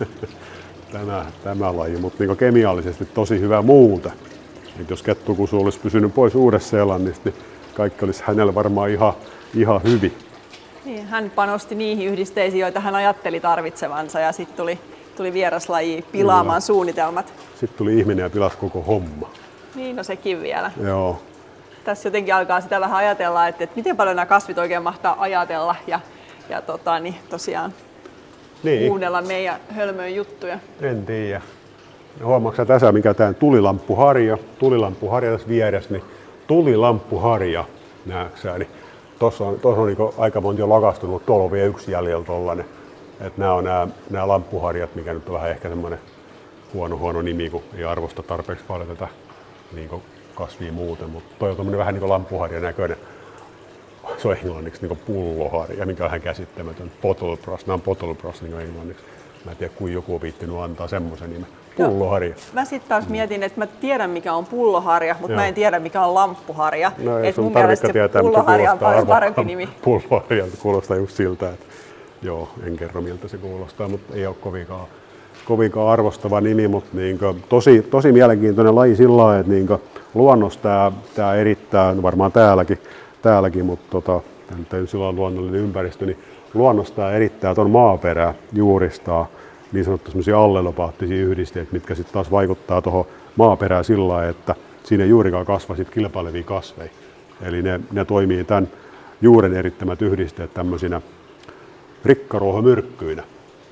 Tämä laji, mutta niin kemiallisesti tosi hyvä muuta. Et jos kettukusu olisi pysynyt pois Uudessa-Seelannista, niin kaikki olisi hänelle varmaan ihan hyvin. Niin, hän panosti niihin yhdisteisiin, joita hän ajatteli tarvitsevansa, ja sitten tuli vieraslaji pilaamaan suunnitelmat. Sitten tuli ihminen ja pilasi koko homma. Niin, no sekin vielä. Joo. Tässä jotenkin alkaa sitä vähän ajatella, että miten paljon nämä kasvit oikein mahtaa ajatella ja tosiaan kuunnella meidän hölmöön juttuja. En tiedä. Huomaatko tässä, mikä tämä tulilamppuharja tässä vieressä, niin tulilamppuharja, näetkö niin tuossa on niin aika monta jo lakastunut, tuolla on vielä yksi jäljellä tollainen. Että nämä lamppuharjat, mikä nyt on vähän ehkä semmoinen huono nimi, kun ei arvosta tarpeeksi paljon tätä niin kasvia muuten, mutta toi on tommoinen vähän niin kuin lamppuharjan näköinen. se on englanniksi niin pulloharja, mikä on ihan käsittämätön. Bottle brush, nämä on bottle brush niin englanniksi. Mä en tiedä, kuin joku on viittinyt antaa semmoisen nimen. Pulloharja. Mä sitten taas mietin, että mä tiedän mikä on pulloharja, mutta mä en tiedä mikä on lamppuharja. No ei et sun mun tarvitse mielestä tietää, pulloharja on paljon parempi nimi. Pulloharjalta kuulostaa just siltä, että joo, en kerro miltä se kuulostaa, mutta ei ole kovinkaan arvostava nimi, mutta niin tosi mielenkiintoinen laji sillä lailla, että niin luonnossa tämä erittää, varmaan täälläkin mutta tämä on sillä luonnollinen ympäristö, niin luonnossa tämä erittää tuon maaperää juuristaa niin sanottuja allelopaattisia yhdisteitä, mitkä sitten taas vaikuttaa tuohon maaperään sillä lailla, että siinä ei juurikaan kasva sit kilpailevia kasveja. Eli ne toimii tämän juuren erittämät yhdisteet tämmöisinä rikkaruohomyrkkyinä.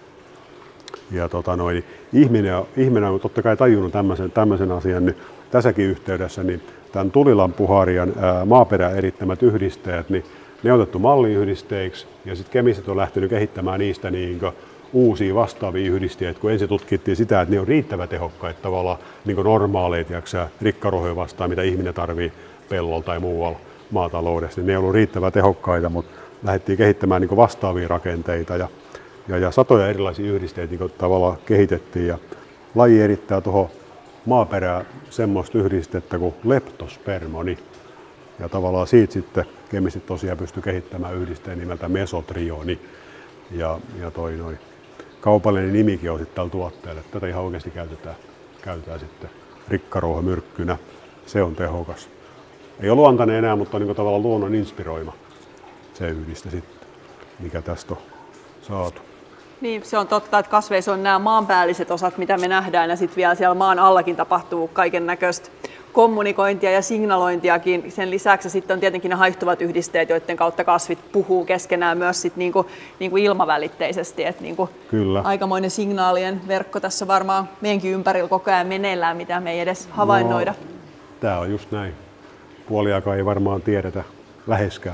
Ja ihminen on totta kai tajunnut tämmöisen asian, niin tässäkin yhteydessä niin tämän tulilampuharjan maaperän erittämät yhdisteet, niin ne on otettu malliyhdisteiksi ja sitten kemiset on lähtenyt kehittämään niistä uusia vastaavia yhdisteitä, kun ensin tutkittiin sitä, että ne on riittävän tehokkaita tavallaan normaaleita rikkaruohoja vastaan, mitä ihminen tarvitsee pellolla tai muualla maataloudessa, niin ne ei ollut riittävän tehokkaita, mutta lähdettiin kehittämään vastaavia rakenteita ja satoja erilaisia yhdisteitä tavallaan kehitettiin ja laji erittää tuohon maaperään semmoista yhdistettä kuin leptospermoni ja tavallaan siitä sitten kemistit tosiaan pystyi kehittämään yhdisteen nimeltä mesotrioni ja kaupallinen nimikin on sitten tällä tuotteella. Tätä ihan oikeasti käytetään sitten rikkaruohomyrkkynä. Se on tehokas. Ei ole luontainen enää, mutta on tavallaan luonnon inspiroima se yhdiste sitten, mikä tästä on saatu. Niin, se on totta, että kasveissa on nämä maanpäälliset osat, mitä me nähdään, ja sitten vielä siellä maan allakin tapahtuu kaiken näköistä kommunikointia ja signalointiakin. Sen lisäksi sitten on tietenkin ne haihtuvat yhdisteet, joiden kautta kasvit puhuu keskenään myös sit niinku ilmavälitteisesti. Et Kyllä. Aikamoinen signaalien verkko tässä varmaan meidänkin ympärillä koko ajan meneillään, mitä me ei edes havainnoida. No, tämä on just näin. Puoliakaan ei varmaan tiedetä läheskään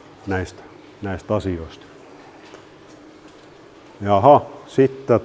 näistä asioista. Jaha, sitten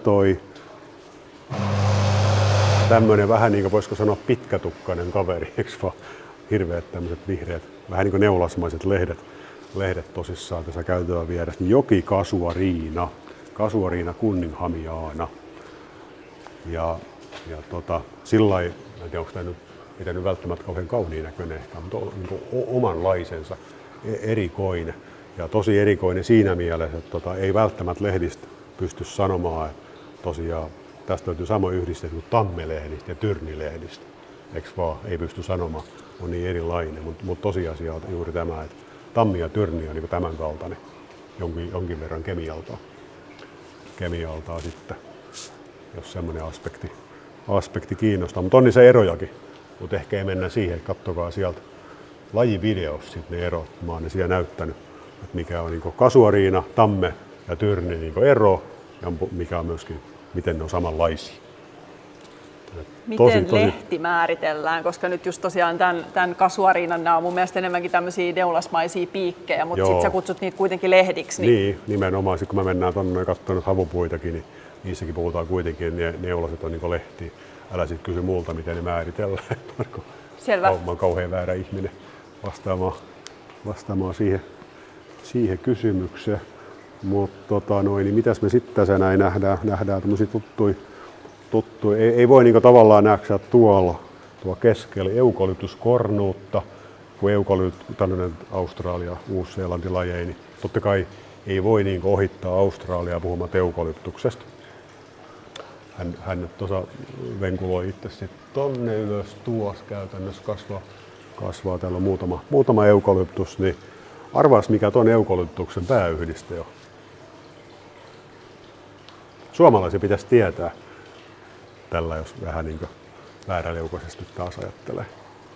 tämmöinen vähän niin kuin voisiko sanoa pitkätukkainen kaveri, eikö vaan hirveät tämmöiset vihreät, vähän niin kuin neulasmaiset lehdet tosissaan tässä käytävän vieressä, niin jokikasuariina, Casuarina cunninghamiana. Ja sillä lailla, en tiedä onko tämä nyt välttämättä kauhean kauniin näköinen ehkä, mutta niin omanlaisensa, erikoinen. Ja tosi erikoinen siinä mielessä, että ei välttämättä lehdistä pysty sanomaan, että tosiaan tästä löytyy samoin yhdistet kuin tammelehdistä ja tyrnilehdistä. Eikö vaan? Ei pysty sanomaan, on niin erilainen, mutta tosiasia on juuri tämä, että tammi ja tyrni on niin tämän kaltainen jonkin verran kemialtaa sitten, jos semmoinen aspekti kiinnostaa. Mutta on niissä erojakin, mutta ehkä ei mennä siihen, että katsokaa sieltä lajivideossa sitten ne erot. Mä oon ne siellä näyttänyt, että mikä on niin Casuarina, tamme ja tyrni niin ero ja mikä on myöskin, miten ne on samanlaisia. Miten lehti määritellään, koska nyt just tosiaan tämän Casuarinan nämä on mun mielestä enemmänkin tämmöisiä neulasmaisia piikkejä, mutta sitten sä kutsut niitä kuitenkin lehdiksi. Niin, nimenomaan. Sitten kun me mennään tuonne ja katsotaan havupuitakin, niin niissäkin puhutaan kuitenkin, että ne neulaset on niin lehtiä. Älä sitten kysy multa, miten ne määritellään. Selvä. Mä oon kauhean väärä ihminen vastaamaan siihen kysymykseen. Mutta niin mitäs me sitten tässä näin nähdään tämmöisiä tuttuja. Ei voi niinku tavallaan nähdä tuolla keskellä eukalyptuskornuutta, kun tämmöinen Australia, Uusi-Seelanti lajeja, niin totta kai ei voi niinku ohittaa Australiaa puhumatta eukalyptuksesta. Hän tuossa venkuloi itse sitten tonne ylös tuossa käytännössä kasvaa. Täällä on muutama eukalyptus, niin arvaas mikä ton eukalyptuksen pääyhdiste on. Suomalaisia pitäisi tietää tällä, jos vähän niin vääräleukaisesti taas ajattelee.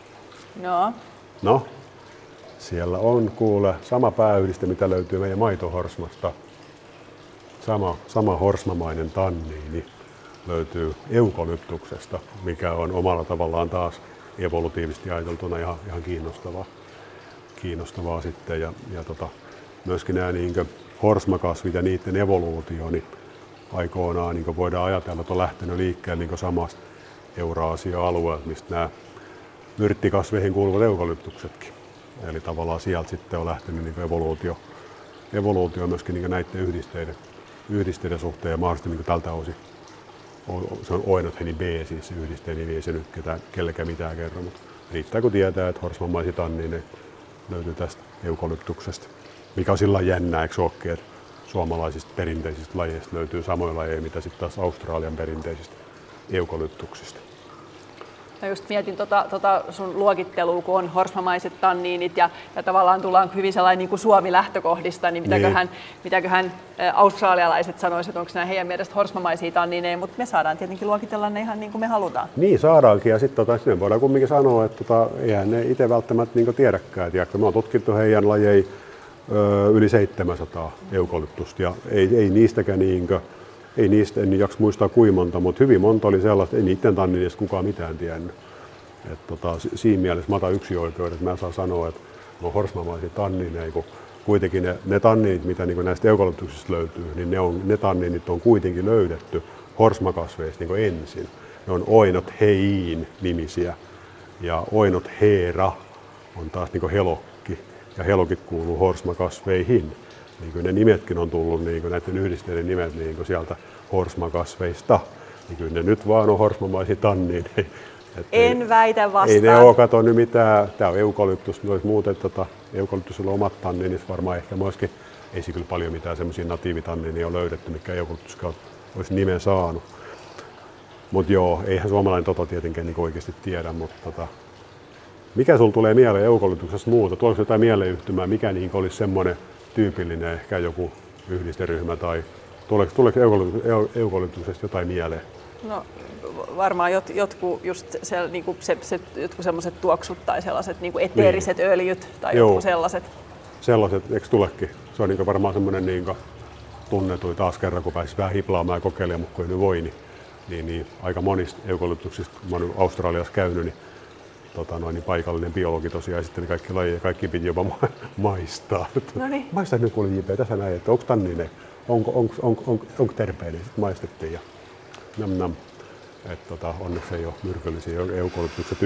No, siellä on kuule sama pääyhdiste, mitä löytyy meidän maitohorsmasta. Sama horsmamainen tanniini löytyy eukalyptuksesta, mikä on omalla tavallaan taas evolutiivisesti ajateltuna ihan kiinnostavaa sitten. Ja myöskin nämä niin horsmakasvit ja niiden evoluutio, niin aikoinaan niin voidaan ajatella, että on lähtenyt liikkeelle niin samasta Euraasian alueelta, mistä nämä myrttikasveihin kuuluvat eukalyptuksetkin Eli tavallaan sieltä sitten on lähtenyt niin evoluutio myöskin niin näiden yhdisteiden suhteen ja mahdollisesti niin tältä osin. Se on oinotheni B, siis se yhdisteen nimi, ei se nyt kellekään mitään kerro, mutta riittää kun tietää, että horsmanmaisia tanniineja löytyy tästä eukalyptuksesta. Mikä on sillä jännää, eikö olekin, että suomalaisista perinteisistä lajeista löytyy samoja lajeja, mitä sitten taas Australian perinteisistä eukalyptuksista. Mä just mietin sun luokittelua, kun on horsmamaiset tanniinit ja tavallaan tullaan hyvin sellainen niin kuin Suomi-lähtökohdista, niin mitäköhän australialaiset sanoisivat, että onko nämä heidän mielestä horsmamaisia tanniineja, mutta me saadaan tietenkin luokitella ne ihan niin kuin me halutaan. Niin saadaankin ja sitten sinne voidaan kumminkin sanoa, että eihän ne itse välttämättä niin tiedäkään. Me on tutkittu heidän lajeja yli 700 eukalyptusta ja ei niistäkään ei niistä, en jaksa muistaa kuinka monta, mutta hyvin monta oli sellaista, ei niiden tannineista kukaan mitään tiennyt. Siinä mielessä mä otan yksioikeuden, että mä saan sanoa, että on horsmamaisia tannineja, kun kuitenkin ne tanninit, mitä niin näistä eukalyptuksista löytyy, niin ne tanninit on kuitenkin löydetty horsmakasveista niin ensin. Ne on oinothein nimisiä ja oinothera on taas niin helokki ja helokit kuuluu horsmakasveihin. Niin ne nimetkin on tullut, niin näiden yhdisteiden nimet niin sieltä horsmakasveista. Niin ne nyt vaan on horsmamaisia tannineja. En väitä vastaan. Ei ne ole, kato nyt mitään. Tämä on eukalyptus, olisi muuten eukalyptusilla omat tanninit varmaan ehkä myöskin. Ei siinä kyllä paljon mitään semmoisia natiivitannineja ole löydetty, mikä eukalyptuskaan olisi nimen saanut. Mutta joo, eihän suomalainen tietenkään niin oikeasti tiedä, mutta mikä sulla tulee mieleen eukalyptuksesta muuta? Tuleeko jotain mieleyhtymää, mikä niin olisi semmoinen tyypillinen ehkä joku yhdisteryhmä tai tuleeko eukalyptuksesta jotain mieleen? No varmaan jotkut just niinku jotkut sellaiset tuoksut tai sellaiset niinku eteeriset öljyt tai jotkut sellaiset. Sellaiset, eikö tulekin? Se on varmaan semmoinen tunnetui taas kerran, kun pääsisi vähän hiplaamaan ja kokeilemaan, mutta kun ei nyt voi, niin aika monista eukalyptuksista, mä olen Australiassa käynyt, niin paikallinen biologi tosiaan, ja sitten kaikki lajeja, kaikki piti jopa maistaa. Noniin. Maistaa nyt kuule JP tässä näin, että onko tannine, onko terpeinen, sitten maistettiin ja nam. Onneksi ei ole myrkyllisiä eukalyptukset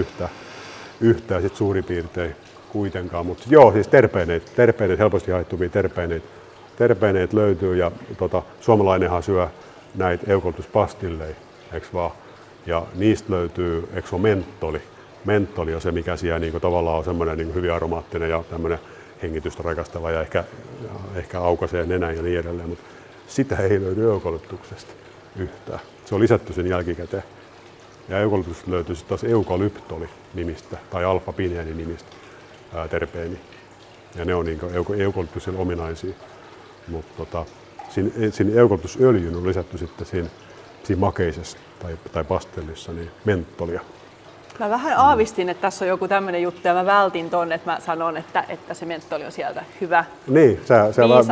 yhtään sit suurin piirtein kuitenkaan, mutta joo, siis terpeeneitä, helposti haittuvia terpeeneitä löytyy ja suomalainenhan syö näitä eukalyptuspastilleja, eikö vaan? Ja niistä löytyy, eikö se ole menttoli? Menttoli on se, mikä siellä niin tavallaan on semmoinen niin hyvin aromaattinen ja tämmöinen hengitystä rakastava ja ehkä aukaisee nenän ja niin edelleen, mutta sitä ei löydy eukalyptuksesta yhtään. Se on lisätty sen jälkikäteen. Ja eukalyptuksesta löytyy sitten taas eukalyptoli-nimistä tai alfa-pineeni-nimistä terpeeni. Ja ne on niin eukalyptuksen ominaisia. Mutta siinä eukalyptusöljyyn on lisätty sitten siinä makeisessa tai pastellissa niin menttolia. Mä vähän aavistin, että tässä on joku tämmöinen juttu ja mä vältin ton, että mä sanon, että se menttoli on sieltä hyvä. Niin, sä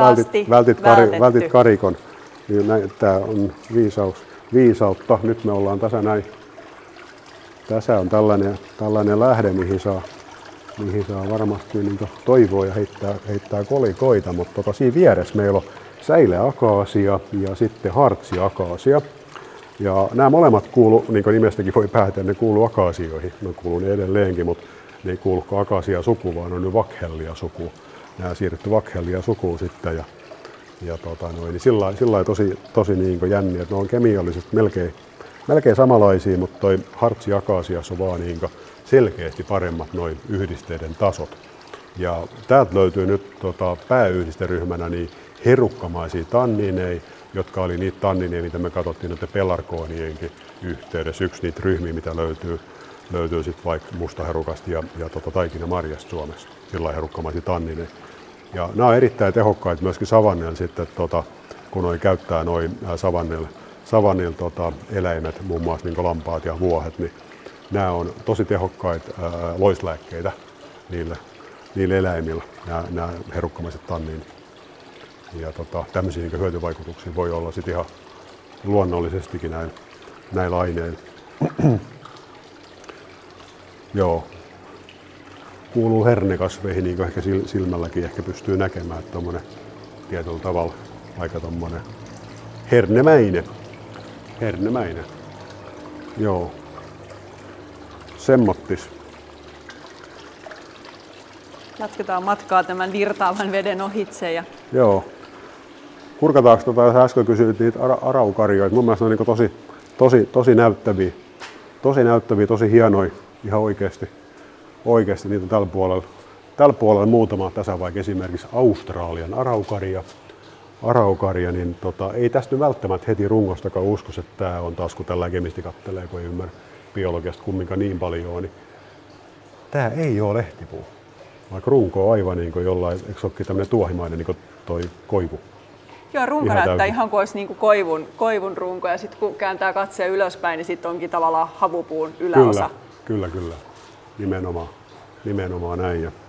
vältit karikon. Tämä on viisautta. Nyt me ollaan tässä näin. Tässä on tällainen lähde, mihin saa varmasti niin toivoa ja heittää kolikoita, mutta siinä vieressä meillä on säileakaasia ja sitten hartsiakaasia. Ja nämä molemmat kuuluu, niin kuin nimestäkin voi päätellä, ne kuuluu akaasioihin. Ne kuuluu ne edelleenkin, mutta ne ei kuulukaan akasia-suku, vaan on nyt vakhellia-suku. Nämä siirretty vakhellia-sukuun sitten. Niin sillä tosi niin jänniä, että ne on kemiallisesti melkein samanlaisia, mutta toi hartsiakaasiassa on vaan niin selkeästi paremmat noin yhdisteiden tasot. Ja täältä löytyy nyt pääyhdisteryhmänä niin herukkamaisia tannineja, jotka oli niitä tannineja, mitä me katsottiin noiden pelargoonienkin yhteydessä. Yksi niitä ryhmiä, mitä löytyy sitten vaikka mustaherukasta ja taikinamarjasta Suomessa, sillä herukkamaisia tannineja. Ja nämä on erittäin tehokkaita myöskin savannilla sitten, kun noi käyttää noin savannilla eläimet, muun muassa niin lampaat ja vuohet, niin nämä on tosi tehokkaita loislääkkeitä niille eläimillä, nämä herukkamaiset tanniinit. Ja tämmöisiä niin hyötyvaikutuksia voi olla sitten ihan luonnollisestikin näillä aineilla. Joo. Kuuluu hernekasveihin, niin kuin ehkä silmälläkin ehkä pystyy näkemään, että tommonen tietyllä tavalla aika tommonen hernemäinen. Joo. Semmottis. Jatketaan matkaa tämän virtaavan veden ohitse. Joo. Kurkataanko jos äsken kysyit niitä araukarjoita? Mun mielestä ne on niin tosi näyttäviä. Tosi hienoja ihan oikeasti niitä tällä puolella muutama tässä, vaikka esimerkiksi Australian araukarja, niin ei tästä nyt välttämättä heti rungostakaan uskoisi, että tämä on taas, kun tällainen kemisti kattelee, kun ei ymmärrä biologiasta kumminkaan niin paljon, niin tämä ei ole lehtipuu. Vaikka runko on aivan niin kuin jollain, eikö se olekin tämmöinen tuohimainen niin kuin toi koivu? Joo, runko näyttää ihan kuin olisi niin kuin koivun runko, ja sitten kun kääntää katseen ylöspäin, niin sitten onkin tavallaan havupuun yläosa. Kyllä. Nimenomaan näin. Ja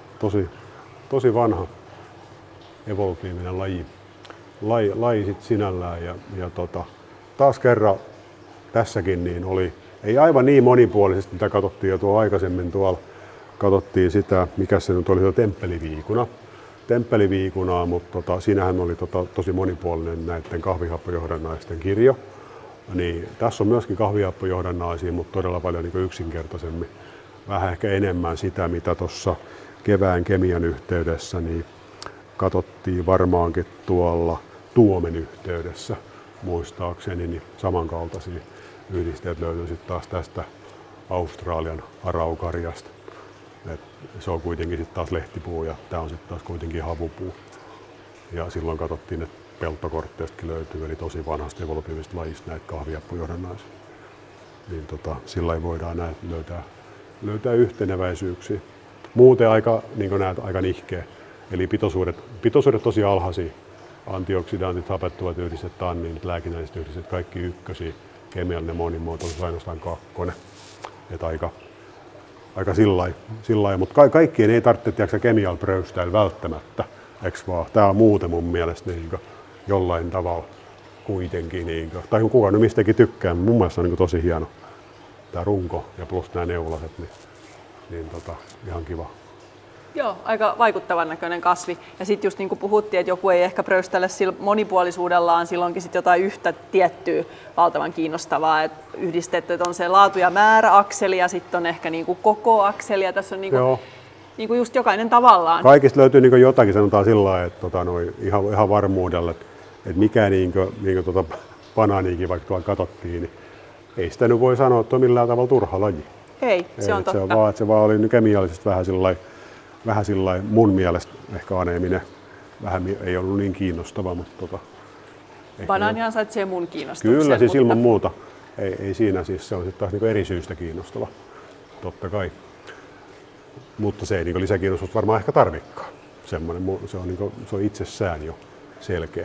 tosi vanha evolutiivinen laji sit sinällään. Ja taas kerran tässäkin niin ei aivan niin monipuolisesti, mitä katsottiin jo tuo aikaisemmin tuolla. Katsottiin sitä, mikä se nyt oli, tuo temppeliviikunaa, mutta siinähän oli tosi monipuolinen näiden kahvihappojohdannaisten kirjo. Niin, tässä on myöskin kahvihappojohdannaisia, mutta todella paljon niin yksinkertaisemmin. Vähän ehkä enemmän sitä, mitä tuossa kevään kemian yhteydessä niin katsottiin varmaankin tuolla tuomen yhteydessä muistaakseni, niin samankaltaisia yhdisteet löytyy sitten taas tästä Australian araukarjasta. Se on kuitenkin sitten taas lehtipuu ja tämä on sitten taas kuitenkin havupuu. Ja silloin katsottiin, että peltokortteistakin löytyy, eli tosi vanhasta evolutiivisesta lajista näitä kahvihappojohdannaisia. Niin sillä ei voidaan näitä löytää yhteneväisyyksiä. Muuten aika, niin näet, aika nihkeä. Eli pitoisuudet tosi alhaisia. Antioksidantit, hapettuvat yhdistet, tanniinit, lääkinnälliset yhdistet, kaikki ykkösiä. Kemiallinen monimuotoisuus ainoastaan 2. Että aika sillai. Mutta kaikkien ei tarvitse kemialla pröystäillä välttämättä. Eks vaan? Tää on muuten mun mielestä niin jollain tavalla kuitenkin. Niin tai kun kukaan nyt mistäkin tykkää, mun mielestä on niin tosi hieno tää runko ja plus nämä neulaset. Niin ihan kiva. Joo, aika vaikuttavan näköinen kasvi. Ja sitten just niin kuin puhuttiin, että joku ei ehkä pröystäile sillä monipuolisuudellaan silloinkin sit jotain yhtä tiettyä valtavan kiinnostavaa. Et yhdistet, että on se laatu- ja määrä-akseli ja sitten on ehkä niin kuin koko akseli. Ja tässä on niin kuin just jokainen tavallaan. Kaikista löytyy niin jotakin, sanotaan sillä lailla, että ihan varmuudella, että mikä banaaniikin vaikka tuolla katsottiin, niin ei sitä nyt voi sanoa, että on millään tavalla turha laji. Ei, se on totta. Se vaan oli kemiallisesti vähän sillai mun mielestä ehkä aneeminen. Vähän ei ollut niin kiinnostava, mutta banaani ansaitsee mun kiinnostuksen. Kyllä, siis ilman muuta. Ei siinä, siis se on sitten taas eri syystä kiinnostava, totta kai. Mutta se ei niin lisäkiinnostusta varmaan ehkä tarvikaan. Se on itsessään jo selkeä.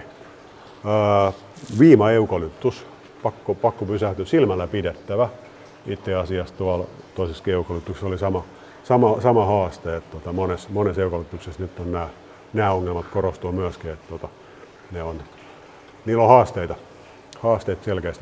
Viima-eukalyptus, pakko pysähtyä, silmällä pidettävä. Itse asiassa tuolla toisessa eukalyptuksessa oli sama haaste, että monessa eukalyptuksessa nyt on nämä ongelmat korostuu myöskin, että niillä on haasteet selkeästi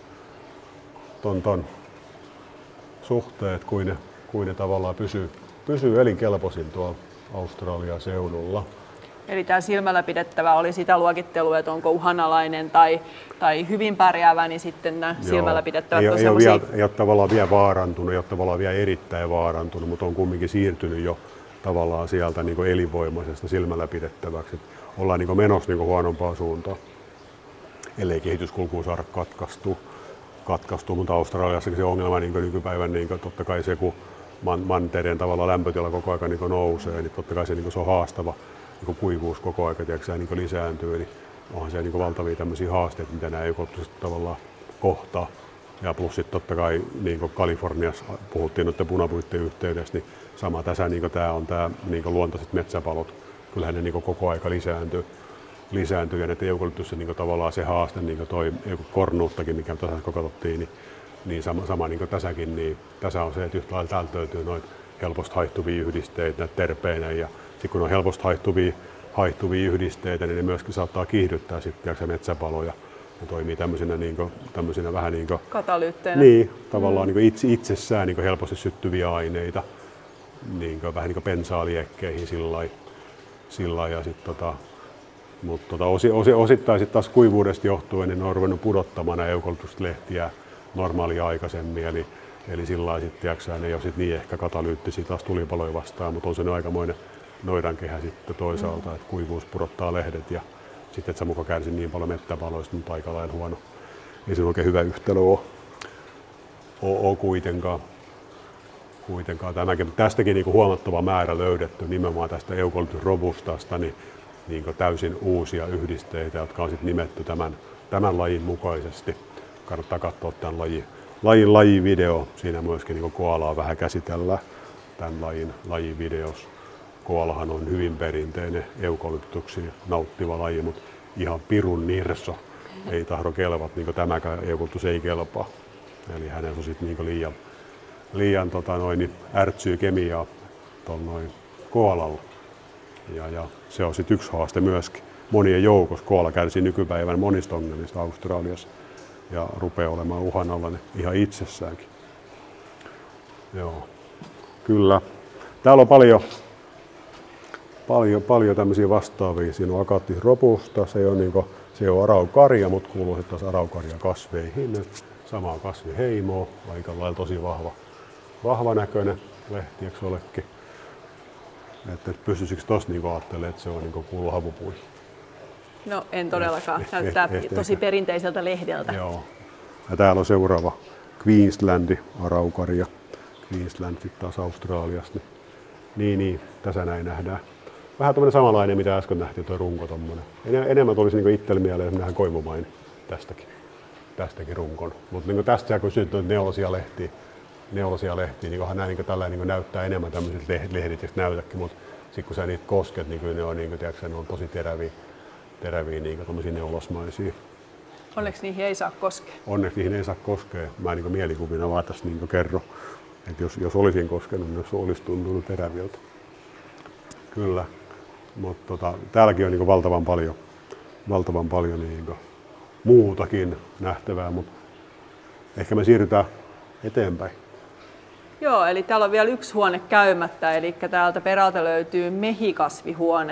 ton suhteet, kuin ne tavallaan pysyy elinkelpoisin tuolla Australian seudulla. Eli tämä silmällä pidettävä oli sitä luokittelua, että onko uhanalainen tai hyvin pärjäävä, niin sitten nämä silmällä pidettävät on sellaisia. Ei ole tavallaan vielä vaarantunut, ei ole tavallaan vielä erittäin vaarantunut, mutta on kumminkin siirtynyt jo tavallaan sieltä niin kuin elinvoimaisesta silmällä pidettäväksi. Että ollaan niin kuin menossa niin kuin huonompaan suuntaan, ellei kehityskulkuun saada katkaistua. Mutta Australiassakin se ongelma niin kuin nykypäivän, niin kuin totta kai se, kun mantereen tavallaan lämpötila koko ajan niin kuin nousee, niin totta kai se, niin kuin se on haastava. Niin kuivuus koko ajan niin lisääntyy, niin onhan se niin valtavia tämmöisiä haasteita, mitä nämä eukalyptukset tavallaan kohtaa. Ja plus sitten totta kai niin Kaliforniassa puhuttiin noiden punapuitten yhteydessä, niin sama tässä niin tämä on tämä niin luontaiset metsäpalot. Kyllähän ne niin koko ajan lisääntyy ja näiden eukalyptusten niin tavallaan se haaste, niin toi kornuuttakin, mikä tässä katsottiin, niin sama niin tässäkin, niin tässä on se, että yhtä lailla täältä löytyy noita helposti haihtuvia yhdisteitä, näitä terpeinä ja sitten kun on helposti haihtuvia yhdisteitä, niin ne myöskin saattaa kiihdyttää sitten metsäpaloja. Ne toimii tämmöisinä vähän niin kuin katalyytteinä. Niin, tavallaan niin itsessään niin helposti syttyviä aineita, niin vähän niin kuin bensaaliekkeihin sillä ja sitten mutta osittain sitten taas kuivuudesta johtuen, niin ne on ruvennut pudottamaan eukalyptuslehtiä normaalia aikaisemmin. Eli sillä lailla sitten ne ei ole sit niin ehkä katalyyttisiä taas tulipaloja vastaan, mutta on se aikamoinen noidankehä sitten toisaalta, että kuivuus pudottaa lehdet ja sitten et sä muka kärsi niin paljon mettäpaloista, mutta aika lailla huono. Ei se oikein hyvä yhtälö ole kuitenkaan. Tämäkin, tästäkin niin huomattava määrä löydetty nimenomaan tästä Eucalyptus robustasta niin täysin uusia yhdisteitä, jotka on sitten nimetty tämän lajin mukaisesti. Kannattaa katsoa tämän lajin video. Siinä myöskin niin koalaa vähän käsitellään tämän lajin videossa. Koalahan on hyvin perinteinen eukalyptuksia nauttiva laji, mutta ihan pirun nirso. Ei tahdo kelvat, niin kuin tämäkään eukalyptus ei kelpaa. Eli hänellä on sitten niin liian ärtsyy kemiaa koalalla. Ja se on sitten yksi haaste myöskin. Monien joukossa koala kärsii nykypäivän monista ongelmista Australiassa ja rupeaa olemaan uhanalainen ihan itsessäänkin. Joo, kyllä. Täällä on paljon tämmöisiä vastaavia. Siinä on Acatis robusta, se on araukaria, mutta kuuluu sitten taas araukaria kasveihin. Samaa kasviheimoa, aika lailla tosi vahva näköinen lehti, eikö olekin? Että pystyisikö tuossa niin ajattelemaan, että se on niin kuuluu havupuihin? No en todellakaan. Näyttää tosi perinteiseltä lehdeltä. Joo. Ja täällä on seuraava Queenslandi araukaria. Queensland sitten taas Australiasta. Niin, tässä näin nähdään. Vähän tommoinen samanlainen, mitä äsken nähtiin, tuo runko tommoinen. Enemmän tulisi niin itselle mieleen semmoinen koivumainen tästäkin runkon. Mutta niin tästä kun syntyy neulasia lehtiä, niin onhan nämä niin tällainen niin näyttää enemmän tämmöiset lehdit, jos näytäkin, mutta sitten kun sä niitä kosket, niin kyllä ne on, tiedätkö, ne on tosi teräviä niin tommosia neulasmaisia. Onneksi niihin ei saa koskea. Onneksi niihin ei saa koskea. Mä niin mielikuvina vaan tässä niin kerron, että jos olisin koskenut, niin olisi tuntunut teräviltä. Kyllä, mutta täälläkin on niin valtavan paljon niin muutakin nähtävää, mutta ehkä me siirrytään eteenpäin. Joo, eli täällä on vielä yksi huone käymättä, eli täältä perältä löytyy mehikasvihuone,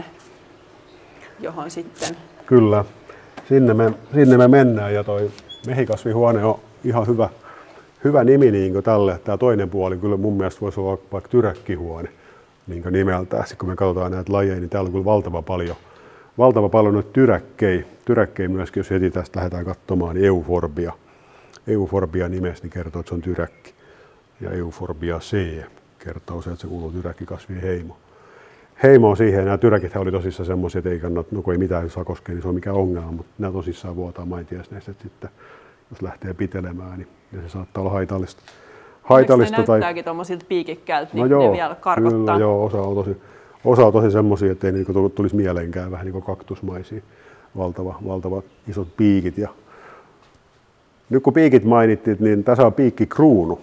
johon sitten... Kyllä, sinne me mennään ja toi mehikasvihuone on ihan hyvä nimi niin tälle. Tämä toinen puoli kyllä mun mielestä voisi olla vaikka tyräkkihuone niin nimeltään. Sitten kun me katsotaan näitä lajeja, niin täällä on kyllä valtava paljon noita tyräkkejä myöskin, jos heti tästä lähdetään katsomaan, niin Euphorbia nimestä niin kertoo, että se on tyräkki. Ja Euphorbia C kertoo se, että se kuuluu tyräkkikasvien heimoon siihen. Ja nämä tyräkithän oli tosissaan semmoisia, että ei kannata, kun ei mitään saa koskea, niin se on mikään ongelma, mutta nämä tosissaan vuotaa maitiaisneistä, että sitten jos lähtee pitelemään, niin se saattaa olla haitallista. Ne näyttääkin tuommoisilta piikikkäältä, niin ne vielä karkottaa. Kyllä, joo, osa on tosi semmoisia, ettei niitä tulisi mieleenkään vähän niin kuin kaktusmaisia, valtavat isot piikit. Ja nyt kun piikit mainittiin, niin tässä on piikkikruunu.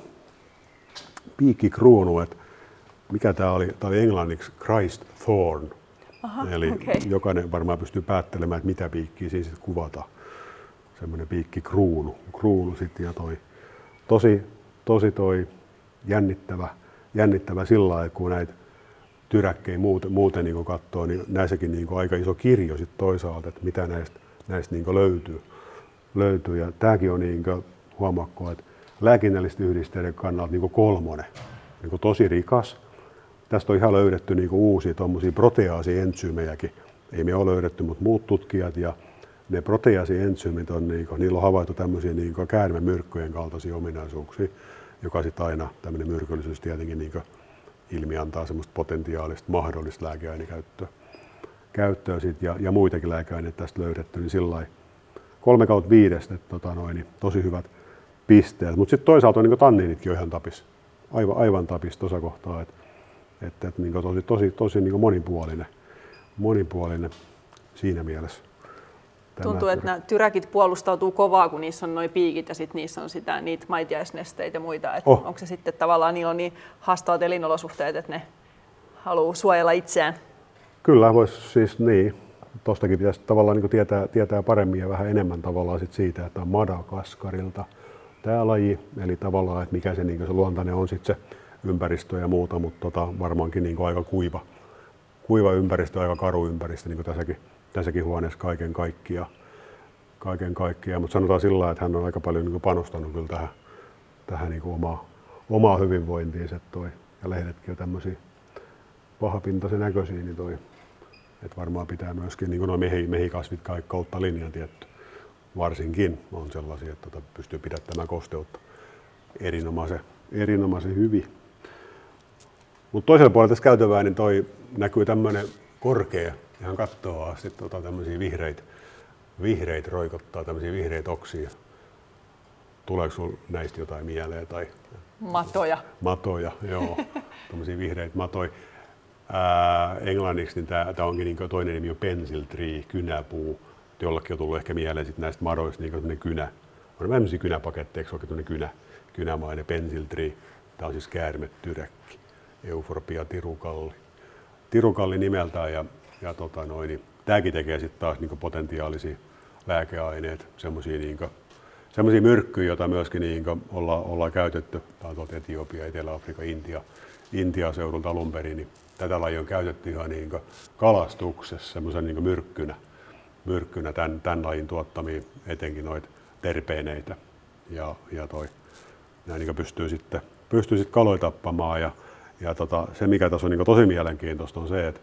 Että mikä tämä oli? Tämä oli englanniksi Christ Thorn. Aha, eli okay. Jokainen varmaan pystyy päättelemään, että mitä piikkiä siinä sitten kuvataan. Semmoinen piikkikruunu sitten ja tosi jännittävä sillä lailla, kun näitä tyräkkejä muuten niin katsoo, niin näissäkin niin aika iso kirjo sit toisaalta, että mitä näistä niin löytyy. Ja tämäkin on niin huomakko, että lääkinnällisten yhdisteiden kannalta niin kolmonen, niin tosi rikas. Tästä on ihan löydetty niin uusia proteaasientsyymejäkin. Ei me ole löydetty, mutta muut tutkijat ja ne proteaasientsyymit on, niillä on havaittu tämmöisiä käärmemyrkkyjen kaltaisia ominaisuuksia, joka sitten aina tämmöinen myrkyllisyys tietenkin ilmiantaa semmoista potentiaalista mahdollista lääkeainekäyttöä ja muitakin lääkeaineita tästä löydetty, niin sillä lailla 3/5, niin tosi hyvät pisteet. Mutta sitten toisaalta on tanniinitkin on ihan aivan tapis tuossa kohtaa, että tosi monipuolinen siinä mielessä. Tuntuu, että nämä tyräkit puolustautuu kovaa, kun niissä on nuo piikit ja sitten niissä on niitä maitiaisnesteitä ja muita. Onko se sitten tavallaan, niillä on niin haastavat elinolosuhteet, että ne haluaa suojella itseään? Kyllä, voisi siis niin. Tuostakin pitäisi tavallaan tietää paremmin ja vähän enemmän tavallaan siitä, että on Madagaskarilta tämä laji. Eli tavallaan, että mikä se luontainen on sitten se ympäristö ja muuta, mutta varmaankin aika kuiva ympäristö, aika karu ympäristö, niin kuin tässäkin huoneessa kaiken kaikkiaan. Mutta sanotaan sillä lailla, että hän on aika paljon panostanut kyllä tähän niin kuin omaa hyvinvointiinsa toi. Ja lehdetkin on tämmöisiä pahapintaisen näköisiä, niin toi, että varmaan pitää myöskin niin kuin nuo mehikasvit kautta linjan tietty. Varsinkin on sellaisia, että pystyy pidättämään kosteutta erinomaisen hyvin. Mutta toisella puolella tässä käytävää niin toi näkyy tämmöinen korkea, ihan kattoa asti tämmöisiä vihreitä roikottaa, tämmöisiä vihreitä oksia. Tuleeko sinulla näistä jotain mieleen? Tai Matoja, joo. Tämmöisiä vihreitä matoja. Englanniksi niin tämä onkin niin toinen nimi on pencil tree, kynäpuu. Jollakin on tullut ehkä mieleen sit näistä madoista niin tämmöinen kynä. On tämmöisiä kynäpaketteja, eikö oikein tämmöinen kynämainen pencil tree. Tämä on siis käärmetyräkki, Euphorbia tirukalli. Tirukalli nimeltään ja niin tämäkin tekee sitten taas niin potentiaalisia lääkeaineita, semmoisia myrkkyjä, joita myöskin niin ollaan käytetty. Tämä on tuolta Etiopia, Etelä-Afrika, Intia seudulta alun perin. Niin tätä lajia on käytetty ihan niin kalastuksessa semmoisen niin myrkkynä tämän lajin tuottamia etenkin noita terpeeneitä. Ja nämä niin pystyy sitten kaloja tappamaan. Ja se, mikä tässä on niin tosi mielenkiintoista, on se, että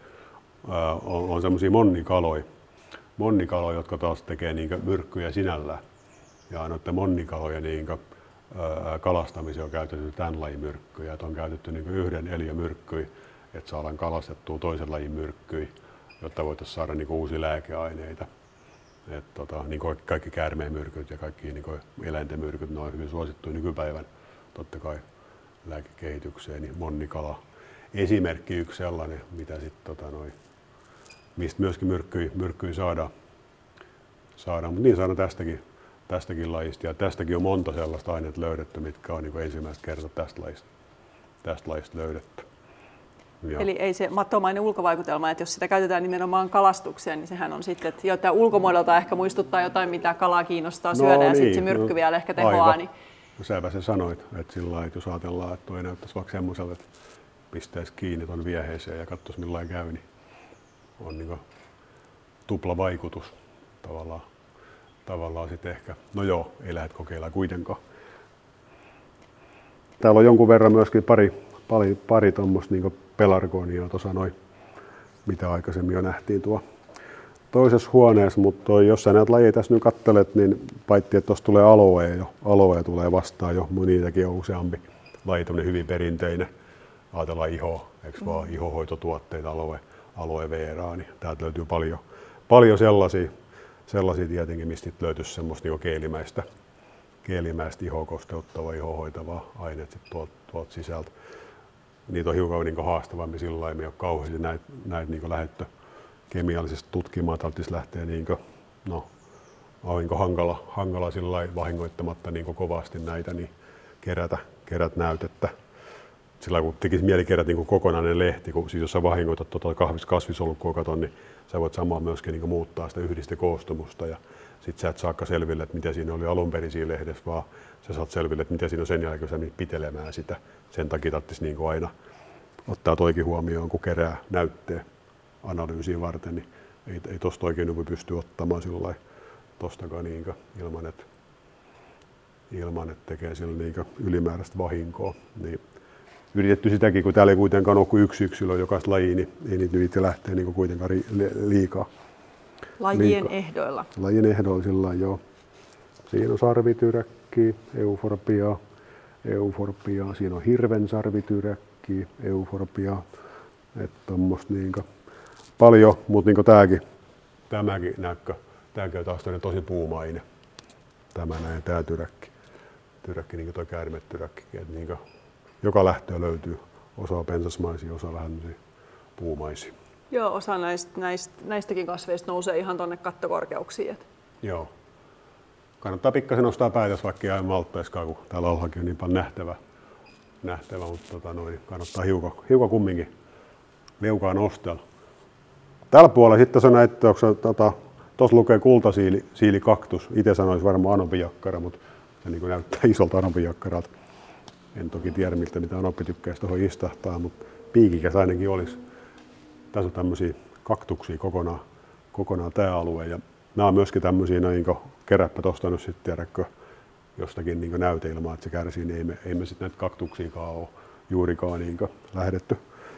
on semmoisia monnikaloja, jotka taas tekee niin myrkkyjä sinällään. Ja noiden monnikalojen niin kalastamiseen on käytetty tämän lajin myrkkyjä. On käytetty niin yhden eliömyrkkyjä, että saadaan kalastettua toisen lajin myrkkyjä, jotta voitaisiin saada niin uusia lääkeaineita. Niin kaikki käärmeenmyrkyt ja kaikki niin eläinten myrkyt, ne on hyvin suosittuja nykypäivän totta kai lääkekehitykseen. Niin monnikala esimerkki yksi sellainen, mitä sitten mistä myöskin myrkkyjä saadaan. Mutta niin saadaan tästäkin lajista. Ja tästäkin on monta sellaista aineita löydetty, mitkä on niin ensimmäistä kertaa tästä lajista löydetty. Ja. Eli ei se mattomainen ulkovaikutelma, että jos sitä käytetään nimenomaan kalastukseen, niin sehän on sitten, että tämä ulkomuodolta ehkä muistuttaa jotain, mitä kalaa kiinnostaa syödä ja sitten se myrkky vielä ehkä tehoaa. Niin. Säpä se sanoit, että sillä lailla, että jos ajatellaan, että toi näyttäisi vaikka semmoiselta, että pistäisi kiinni tuon vieheeseen ja katsoisi millainen käy, niin on niin tupla vaikutus tavallaan sitten ehkä. No joo, ei lähde kokeilemaan kuitenkaan. Täällä on jonkun verran myöskin pari tuommoista niin pelargonia tuossa noin, mitä aikaisemmin jo nähtiin tuo toisessa huoneessa, mutta jos sä näitä lajeja tässä nyt katselet, niin paitsi että tuossa tulee aloe tulee vastaan jo, niitäkin on useampi laji, tämmöinen hyvin perinteinen. Ajatellaan eikö vaan ihohoitotuotteita, aloe veraa, niin täältä löytyy paljon sellaisia tietenkin, mistä löytyisi semmoista niin keelimäistä ihoa kosteuttavaa, ihohoitavaa aineet tuolta sisältä. Niitä on hiukan niin haastavammin sillä lailla, me ei ole kauheasti näitä niin lähdetty kemiallisesti tutkimaan, tarvitsisi lähteä hankala sillä lailla vahingoittamatta niin kovasti näitä, niin kerätä näytettä. Sillä kun tekisi mieli kerätä niin kokonainen lehti, kun siis jos sä vahingoitat kasvisolukkoa, niin sä voit samaan myöskin niin muuttaa sitä yhdistekoostumusta ja sit sä et saakka selville, että mitä siinä oli alun perin siinä lehdessä, vaan sä saat selville, että mitä siinä on sen jälkeen, kun sä menit pitelemään sitä. Sen takia tarvitsisi niin aina ottaa toikin huomioon, kun kerää näytteen analyysiin varten, niin ei tosta oikein voi pystyä ottamaan sillä lailla tostakaan niin ilman, että tekee sillä niin ylimääräistä vahinkoa. Niin yritetty sitäkin, kun täällä ei kuitenkaan ole kuin yksi yksilö jokaista lajia, niin ei niitä yritä lähteä niin kuitenkaan liikaa. Lajien ehdoilla. Lajien ehdoilla sillä lailla, joo. Siinä on sarvityräkkiä, euforbiaa, siinä on hirvensarvityräkkiä, euforbiaa. Että tommoista niinkö paljon, mutta niinku tämäkin näkkö, tämäkin on taas tosi puumainen. Tää tyräkki niinku toi käärmetyräkkikin, että niinku joka lähtöä löytyy. Osa on pensasmaisia, osa vähän puumaisia. Joo, osa näistäkin kasveista nousee ihan tuonne kattokorkeuksiin. Joo. Kannattaa pikkasen nostaa päätös, vaikka ei malttaiskaan, kun täällä alhaakin on niin paljon nähtävä mutta kannattaa hiukan kumminkin leukaa nostella. Tällä puolella sitten on näitä, tuossa lukee kultasiilikaktus. Itse sanoisin varmaan anopijakkara, mutta se niin näyttää isolta anopijakkaralta. En toki tiedä, mitä anoppi tykkäisi tuohon istahtaa, mutta piikikäs ainakin olisi. Tässä on tämmöisiä kaktuksia kokonaan tämä alue. Ja nämä on myöskin tämmöisiä, keräppä tuosta nyt sitten tiedäkö, jostakin niin näyteilmaa, että se kärsii, niin ei me sitten näitä kaktuksiakaan ole juurikaan niin lähdetty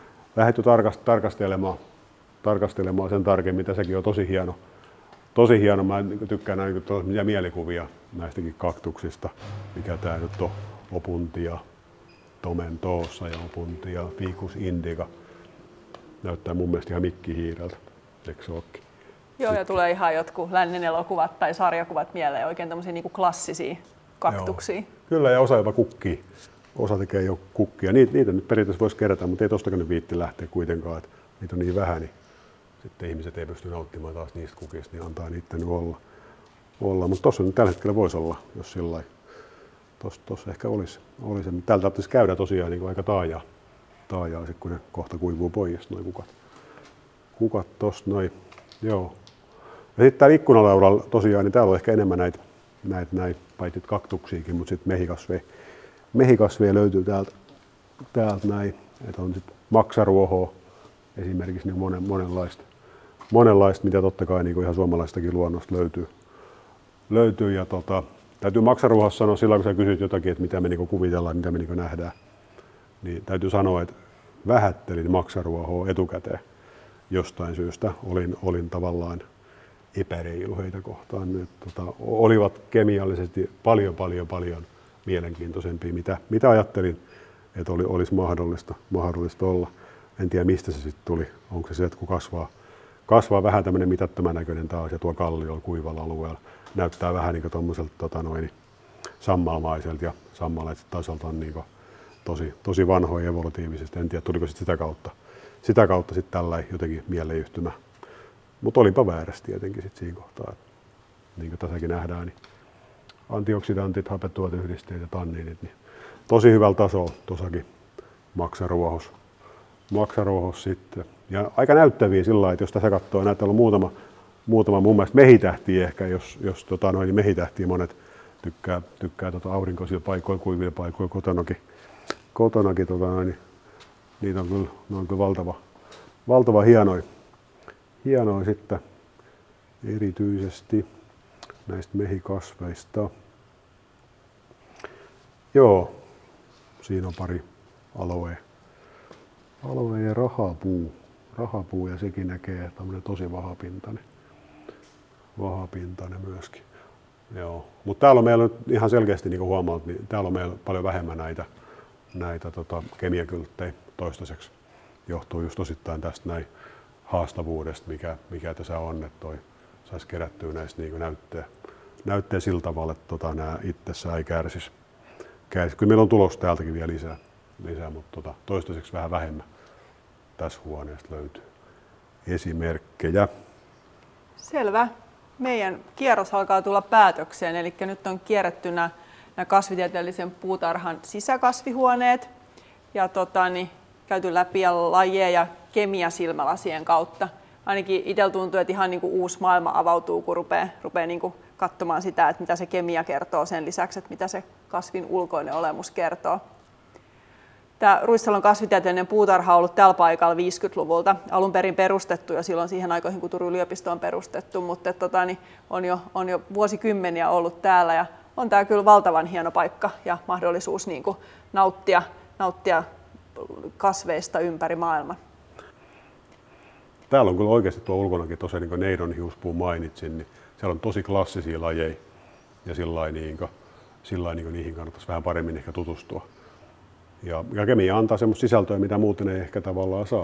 tarkastelemaan sen tarkemmin. Tässäkin on tosi hieno. Tosi hieno. Mä tykkään näitä mielikuvia näistäkin kaktuksista, mikä tää nyt on. Opuntia tomentosa ja Opuntia ficus indica. Näyttää mun mielestä ihan mikkihiireltä. Eikö se ookin? Joo, ja tulee ihan jotkut lännen elokuvat tai sarjakuvat mieleen, oikein tämmöisiä niin kuin klassisia kaktuksia. Joo. Kyllä, ja osa jopa kukkii. Osa tekee jo kukkia. Niitä nyt periaatteessa voisi kerätä, mutta ei tostakaan nyt viitti lähteä kuitenkaan. Että niitä on niin vähän, niin sitten ihmiset ei pysty nauttimaan taas niistä kukista, niin antaa niitä nyt olla. Mutta tuossa nyt tällä hetkellä voisi olla, jos sillä lailla. Tuossa ehkä olisi. Täältä tarvitsisi käydä tosiaan niin aika taajaa, kun ne kohta kuivuu pois, noi kukat tosta noin. Joo. Ja sitten täällä ikkunalaudalla tosiaan, niin täällä on ehkä enemmän näitä paitsi kaktuksiakin, mutta sitten mehikasveja löytyy täältä näin. Että on sitten maksaruohoa esimerkiksi niin monenlaista, mitä totta kai niin ihan suomalaistakin luonnosta löytyy. Ja täytyy maksaruohossa sanoa silloin, kun sä kysyt jotakin, että mitä me niin kuvitellaan, mitä me niin nähdään, niin täytyy sanoa, että vähättelin maksaruohoa etukäteen jostain syystä. Olin tavallaan epäreilu heitä kohtaan. Olivat kemiallisesti paljon mielenkiintoisempia, mitä ajattelin, että olisi mahdollista olla. En tiedä, mistä se sitten tuli. Onko se että kun kasvaa vähän tämmöinen mitättömän näköinen taas ja tuo kalliolla kuivalla alueella näyttää vähän niin kuin tuommoiselta sammalmaiselta ja sammalaiset tasolta on niin tosi vanhoja evolutiivisesti. En tiedä, tuliko sitä kautta sitten tällä jotenkin mieleyhtymä. Mutta olinpa väärässä tietenkin sitten siinä kohtaa. Niin kuin tässäkin nähdään, niin antioksidantit, hapetuoteyhdisteet ja tanniinit, niin tosi hyvällä tasolla tuossakin maksaruohos sitten. Ja aika näyttäviä sillä lailla, että jos tässä katsoo, näyttää olla muutama mun mielestä mehitähtiä ehkä, jos niin mehitähtiä monet tykkää aurinkoisilla paikoilla, kuivilla paikoilla, kotonakin niin niitä on kyllä valtava hienoja sitten erityisesti näistä mehikasveista. Joo, siinä on pari aloe ja rahapuu ja sekin näkee tämmöinen tosi vahapintainen myöskin. Joo, mutta täällä on meillä nyt ihan selkeästi niin kuin huomaat, niin täällä on meillä paljon vähemmän näitä kemiakylttejä toistaiseksi. Johtuu just osittain tästä näin haastavuudesta, mikä tässä on, että toi saisi kerättyä näistä niin näytteä sillä tavalla, että nämä itsessään ei kärsisi. Kyllä meillä on tulossa täältäkin vielä lisää mutta toistaiseksi vähän vähemmän tässä huoneesta löytyy esimerkkejä. Selvä. Meidän kierros alkaa tulla päätökseen, eli nyt on kierretty nämä kasvitieteellisen puutarhan sisäkasvihuoneet ja käyty läpi lajeja ja kemiasilmälasien kautta. Ainakin itsellä tuntuu, että ihan niin kuin uusi maailma avautuu, kun rupeaa niin kuin katsomaan sitä, että mitä se kemia kertoo sen lisäksi, että mitä se kasvin ulkoinen olemus kertoo. Tämä Ruissalon kasvitieteellinen puutarha on ollut tällä paikalla 50-luvulta, alun perin perustettu jo silloin siihen aikoihin, kun Turun yliopisto on perustettu, mutta on jo vuosikymmeniä ollut täällä ja on tämä kyllä valtavan hieno paikka ja mahdollisuus niin kuin nauttia kasveista ympäri maailman. Täällä on kyllä oikeasti tuo ulkonakin tosiaan, niin kuin neidonhiuspuu mainitsin, niin siellä on tosi klassisia lajeja ja sillä niin niihin kannattaisi vähän paremmin ehkä tutustua. Ja kemia antaa semmoista sisältöä, mitä muuten ei ehkä tavallaan saa.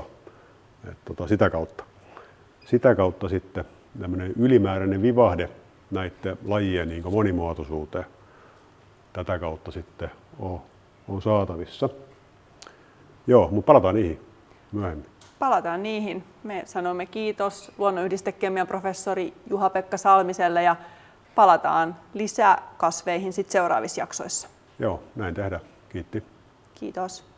Sitä kautta sitten tämmöinen ylimääräinen vivahde näiden lajien niin monimuotoisuuteen tätä kautta sitten on saatavissa. Joo, mutta palataan niihin myöhemmin. Palataan niihin. Me sanomme kiitos luonnonyhdistekemian professori Juha-Pekka Salmiselle ja palataan lisäkasveihin sitten seuraavissa jaksoissa. Joo, näin tehdään. Kiitti. Kiitos.